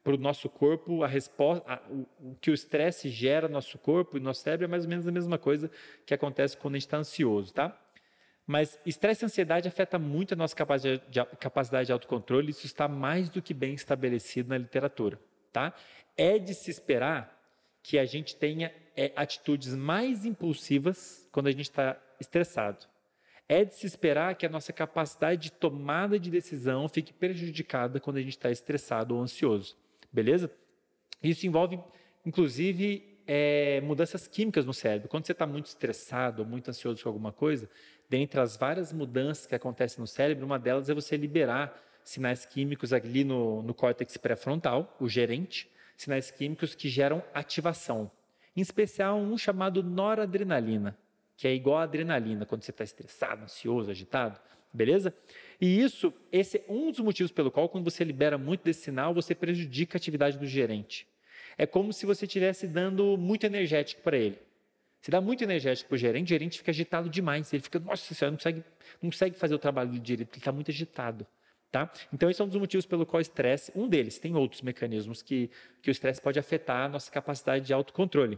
para o nosso corpo, a resposta, a, o, o que o estresse gera no nosso corpo e no nosso cérebro é mais ou menos a mesma coisa que acontece quando a gente está ansioso, tá? Mas estresse e ansiedade afeta muito a nossa capacidade de, capacidade de autocontrole, isso está mais do que bem estabelecido na literatura, tá? É de se esperar que a gente tenha é, atitudes mais impulsivas quando a gente está estressado. É de se esperar que a nossa capacidade de tomada de decisão fique prejudicada quando a gente está estressado ou ansioso, beleza? Isso envolve, inclusive, é, mudanças químicas no cérebro. Quando você está muito estressado ou muito ansioso com alguma coisa, dentre as várias mudanças que acontecem no cérebro, uma delas é você liberar sinais químicos ali no, no córtex pré-frontal, o gerente, sinais químicos que geram ativação. Em especial, um chamado noradrenalina, que é igual a adrenalina, quando você está estressado, ansioso, agitado, beleza? E isso, esse é um dos motivos pelo qual, quando você libera muito desse sinal, você prejudica a atividade do gerente. É como se você estivesse dando muito energético para ele. Você dá muito energético para o gerente, o gerente fica agitado demais, ele fica, nossa senhora, não consegue, não consegue fazer o trabalho do direito, ele está muito agitado. Tá? Então, esse é um dos motivos pelo qual o estresse, um deles, tem outros mecanismos que, que o estresse pode afetar a nossa capacidade de autocontrole.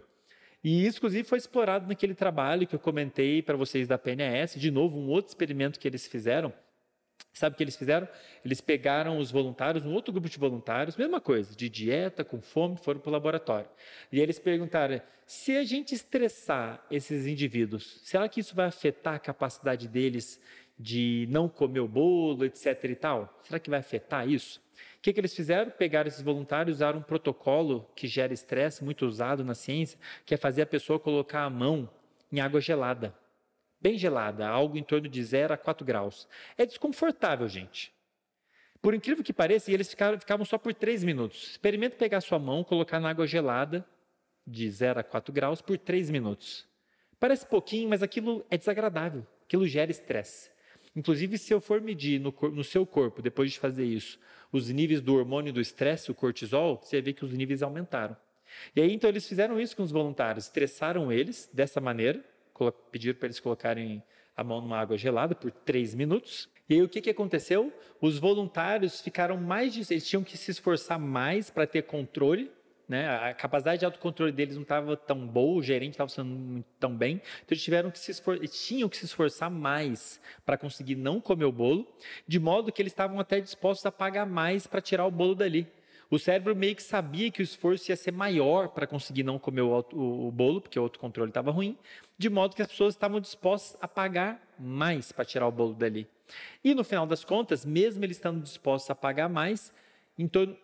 E isso, inclusive, foi explorado naquele trabalho que eu comentei para vocês da P N A S, de novo, um outro experimento que eles fizeram. Sabe o que eles fizeram? Eles pegaram os voluntários, um outro grupo de voluntários, mesma coisa, de dieta, com fome, foram para o laboratório. E eles perguntaram, se a gente estressar esses indivíduos, será que isso vai afetar a capacidade deles de não comer o bolo, etc e tal? Será que vai afetar isso? O que, que eles fizeram? Pegaram esses voluntários, usaram um protocolo que gera estresse, muito usado na ciência, que é fazer a pessoa colocar a mão em água gelada. Bem gelada, algo em torno de zero a quatro graus. É desconfortável, gente. Por incrível que pareça, e eles ficaram, ficavam só por três minutos. Experimenta pegar sua mão, colocar na água gelada, de zero a quatro graus, por três minutos. Parece pouquinho, mas aquilo é desagradável. Aquilo gera estresse. Inclusive, se eu for medir no, no seu corpo, depois de fazer isso, os níveis do hormônio do estresse, o cortisol, você vai ver que os níveis aumentaram. E aí, então, eles fizeram isso com os voluntários. Estressaram eles dessa maneira, pediram para eles colocarem a mão numa água gelada por três minutos. E aí o que, que aconteceu? Os voluntários ficaram mais... Eles tinham que se esforçar mais para ter controle, né? A capacidade de autocontrole deles não estava tão boa, o gerente estava funcionando tão bem, então eles, tiveram que se esfor... eles tinham que se esforçar mais para conseguir não comer o bolo, de modo que eles estavam até dispostos a pagar mais para tirar o bolo dali. O cérebro meio que sabia que o esforço ia ser maior para conseguir não comer o, auto, o, o bolo, porque o autocontrole estava ruim, de modo que as pessoas estavam dispostas a pagar mais para tirar o bolo dali. E no final das contas, mesmo eles estando dispostos a pagar mais, em torno...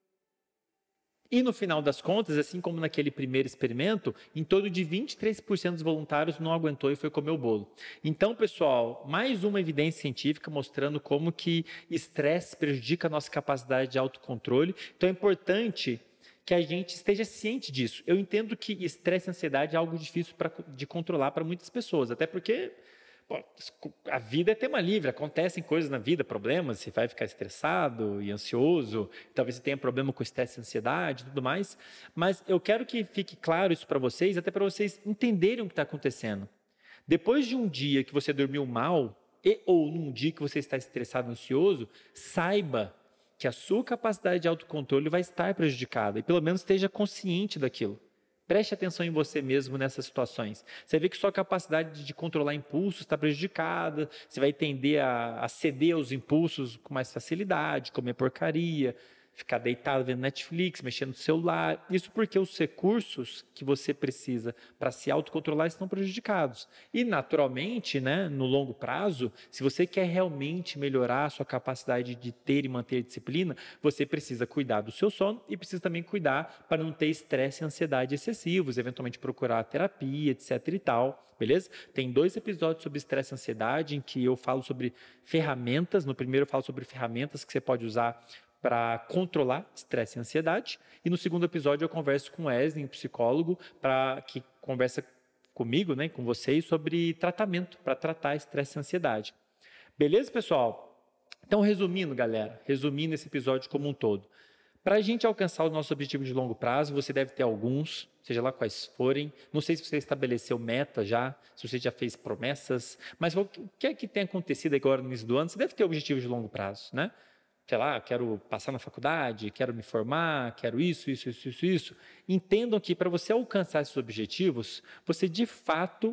E no final das contas, assim como naquele primeiro experimento, em torno de vinte e três por cento dos voluntários não aguentou e foi comer o bolo. Então, pessoal, mais uma evidência científica mostrando como que estresse prejudica a nossa capacidade de autocontrole. Então, é importante que a gente esteja ciente disso. Eu entendo que estresse e ansiedade é algo difícil pra, de controlar para muitas pessoas, até porque... Pô, a vida é tema livre, acontecem coisas na vida, problemas, você vai ficar estressado e ansioso, talvez você tenha problema com estresse e ansiedade e tudo mais, mas eu quero que fique claro isso para vocês, até para vocês entenderem o que está acontecendo. Depois de um dia que você dormiu mal, e ou num dia que você está estressado e ansioso, saiba que a sua capacidade de autocontrole vai estar prejudicada, e pelo menos esteja consciente daquilo. Preste atenção em você mesmo nessas situações. Você vê que sua capacidade de controlar impulsos está prejudicada, você vai tender a, a ceder aos impulsos com mais facilidade, comer porcaria, ficar deitado vendo Netflix, mexendo no celular. Isso porque os recursos que você precisa para se autocontrolar estão prejudicados. E, naturalmente, né, no longo prazo, se você quer realmente melhorar a sua capacidade de ter e manter disciplina, você precisa cuidar do seu sono e precisa também cuidar para não ter estresse e ansiedade excessivos, eventualmente procurar terapia, etc e tal. Beleza? Tem dois episódios sobre estresse e ansiedade em que eu falo sobre ferramentas. No primeiro eu falo sobre ferramentas que você pode usar para controlar estresse e ansiedade. E no segundo episódio eu converso com o Wesley, um psicólogo, pra, que conversa comigo, né, com vocês, sobre tratamento, para tratar estresse e ansiedade. Beleza, pessoal? Então, resumindo, galera, resumindo esse episódio como um todo. Para a gente alcançar os nossos objetivos de longo prazo, você deve ter alguns, seja lá quais forem. Não sei se você estabeleceu meta já, se você já fez promessas, mas o que é que tem acontecido agora no início do ano? Você deve ter objetivos de longo prazo, né? sei lá, quero passar na faculdade, quero me formar, quero isso, isso, isso, isso, isso. Entendam que para você alcançar esses objetivos, você de fato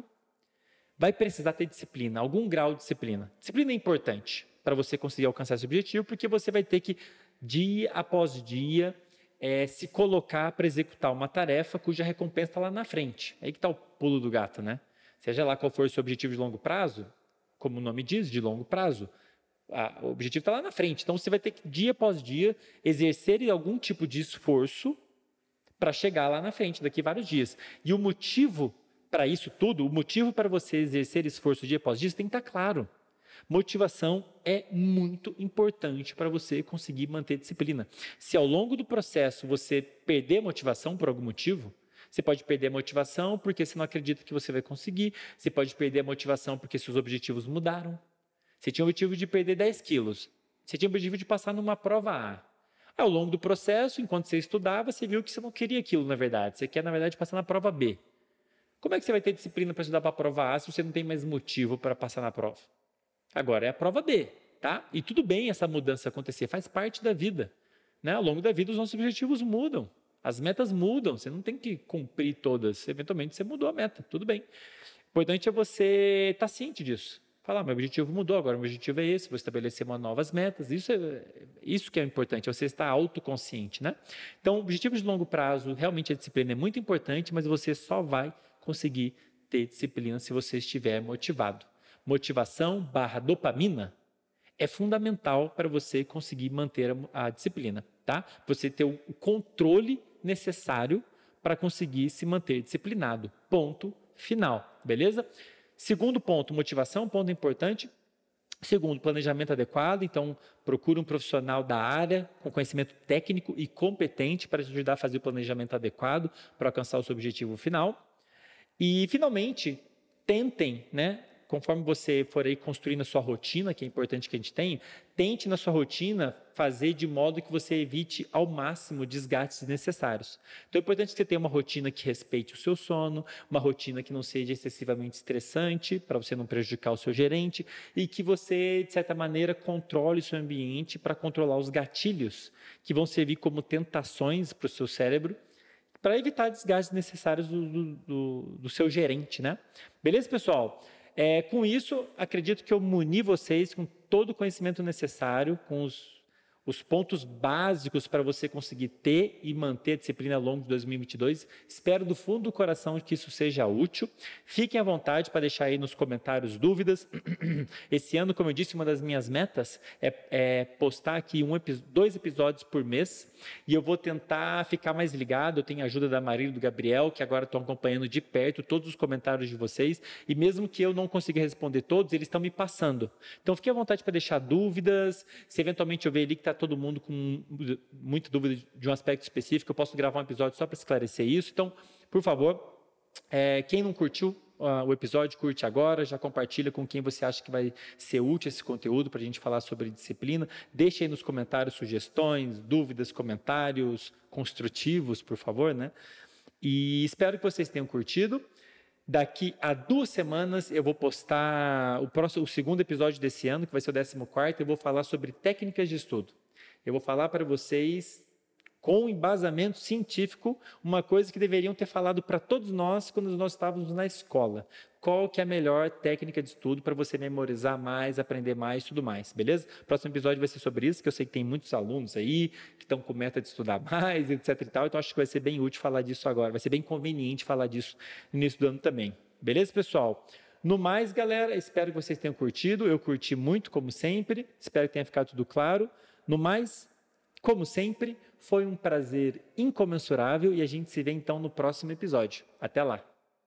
vai precisar ter disciplina, algum grau de disciplina. Disciplina é importante para você conseguir alcançar esse objetivo, porque você vai ter que, dia após dia, é, se colocar para executar uma tarefa cuja recompensa está lá na frente. Aí que está o pulo do gato, né? Seja lá qual for o seu objetivo de longo prazo, como o nome diz, de longo prazo, a, o objetivo está lá na frente. Então, você vai ter que, dia após dia, exercer algum tipo de esforço para chegar lá na frente, daqui a vários dias. E o motivo para isso tudo, o motivo para você exercer esforço dia após dia, tem que estar claro. Motivação é muito importante para você conseguir manter disciplina. Se ao longo do processo você perder motivação por algum motivo, você pode perder a motivação porque você não acredita que você vai conseguir, você pode perder a motivação porque seus objetivos mudaram. Você tinha o objetivo de perder dez quilos, você tinha o objetivo de passar numa prova A. Ao longo do processo, enquanto você estudava, você viu que você não queria aquilo, na verdade. Você quer, na verdade, passar na prova B. Como é que você vai ter disciplina para estudar para a prova A se você não tem mais motivo para passar na prova? Agora é a prova B, tá? E tudo bem essa mudança acontecer, faz parte da vida. Né? Ao longo da vida, os nossos objetivos mudam, as metas mudam, você não tem que cumprir todas. Eventualmente, você mudou a meta, tudo bem. O importante é você estar ciente disso. Falar, meu objetivo mudou, agora o meu objetivo é esse, vou estabelecer uma novas metas. Isso, é, isso que é importante, você estar autoconsciente, né? Então, objetivos de longo prazo, realmente a disciplina é muito importante, mas você só vai conseguir ter disciplina se você estiver motivado. Motivação barra dopamina é fundamental para você conseguir manter a, a disciplina, tá? Você ter o controle necessário para conseguir se manter disciplinado. Ponto final, beleza? Segundo ponto, motivação, ponto importante. Segundo, planejamento adequado. Então, procure um profissional da área com conhecimento técnico e competente para te ajudar a fazer o planejamento adequado para alcançar o seu objetivo final. E, finalmente, tentem, né? Conforme você for aí construindo a sua rotina, que é importante que a gente tenha, tente na sua rotina fazer de modo que você evite ao máximo desgastes desnecessários. Então é importante que você tenha uma rotina que respeite o seu sono, uma rotina que não seja excessivamente estressante, para você não prejudicar o seu gerente, e que você, de certa maneira, controle o seu ambiente para controlar os gatilhos que vão servir como tentações para o seu cérebro, para evitar desgastes necessários do, do, do, do seu gerente, né? Beleza, pessoal? É, com isso, acredito que eu muni vocês com todo o conhecimento necessário, com os, os pontos básicos para você conseguir ter e manter a disciplina ao longo de dois mil e vinte e dois. Espero do fundo do coração que isso seja útil. Fiquem à vontade para deixar aí nos comentários dúvidas. Esse ano, como eu disse, uma das minhas metas é, é postar aqui um, dois episódios por mês, e eu vou tentar ficar mais ligado. Eu tenho a ajuda da Marília e do Gabriel, que agora estão acompanhando de perto todos os comentários de vocês, e mesmo que eu não consiga responder todos, eles estão me passando. Então, fique à vontade para deixar dúvidas. Se eventualmente eu ver ali que está todo mundo com muita dúvida de um aspecto específico, eu posso gravar um episódio só para esclarecer isso. Então, por favor, é, quem não curtiu uh, o episódio, curte agora, já compartilha com quem você acha que vai ser útil esse conteúdo para a gente falar sobre disciplina. Deixe aí nos comentários sugestões, dúvidas, comentários construtivos, por favor, né? E espero que vocês tenham curtido. Daqui a duas semanas eu vou postar o, próximo, o segundo episódio desse ano, que vai ser o décimo quarto, eu vou falar sobre técnicas de estudo. Eu vou falar para vocês, com embasamento científico, uma coisa que deveriam ter falado para todos nós quando nós estávamos na escola. Qual que é a melhor técnica de estudo para você memorizar mais, aprender mais e tudo mais, beleza? O próximo episódio vai ser sobre isso, que eu sei que tem muitos alunos aí que estão com meta de estudar mais, etc e tal, então acho que vai ser bem útil falar disso agora, vai ser bem conveniente falar disso no início do ano também. Beleza, pessoal? No mais, galera, espero que vocês tenham curtido, eu curti muito, como sempre, espero que tenha ficado tudo claro. No mais, como sempre, foi um prazer incomensurável e a gente se vê então no próximo episódio. Até lá!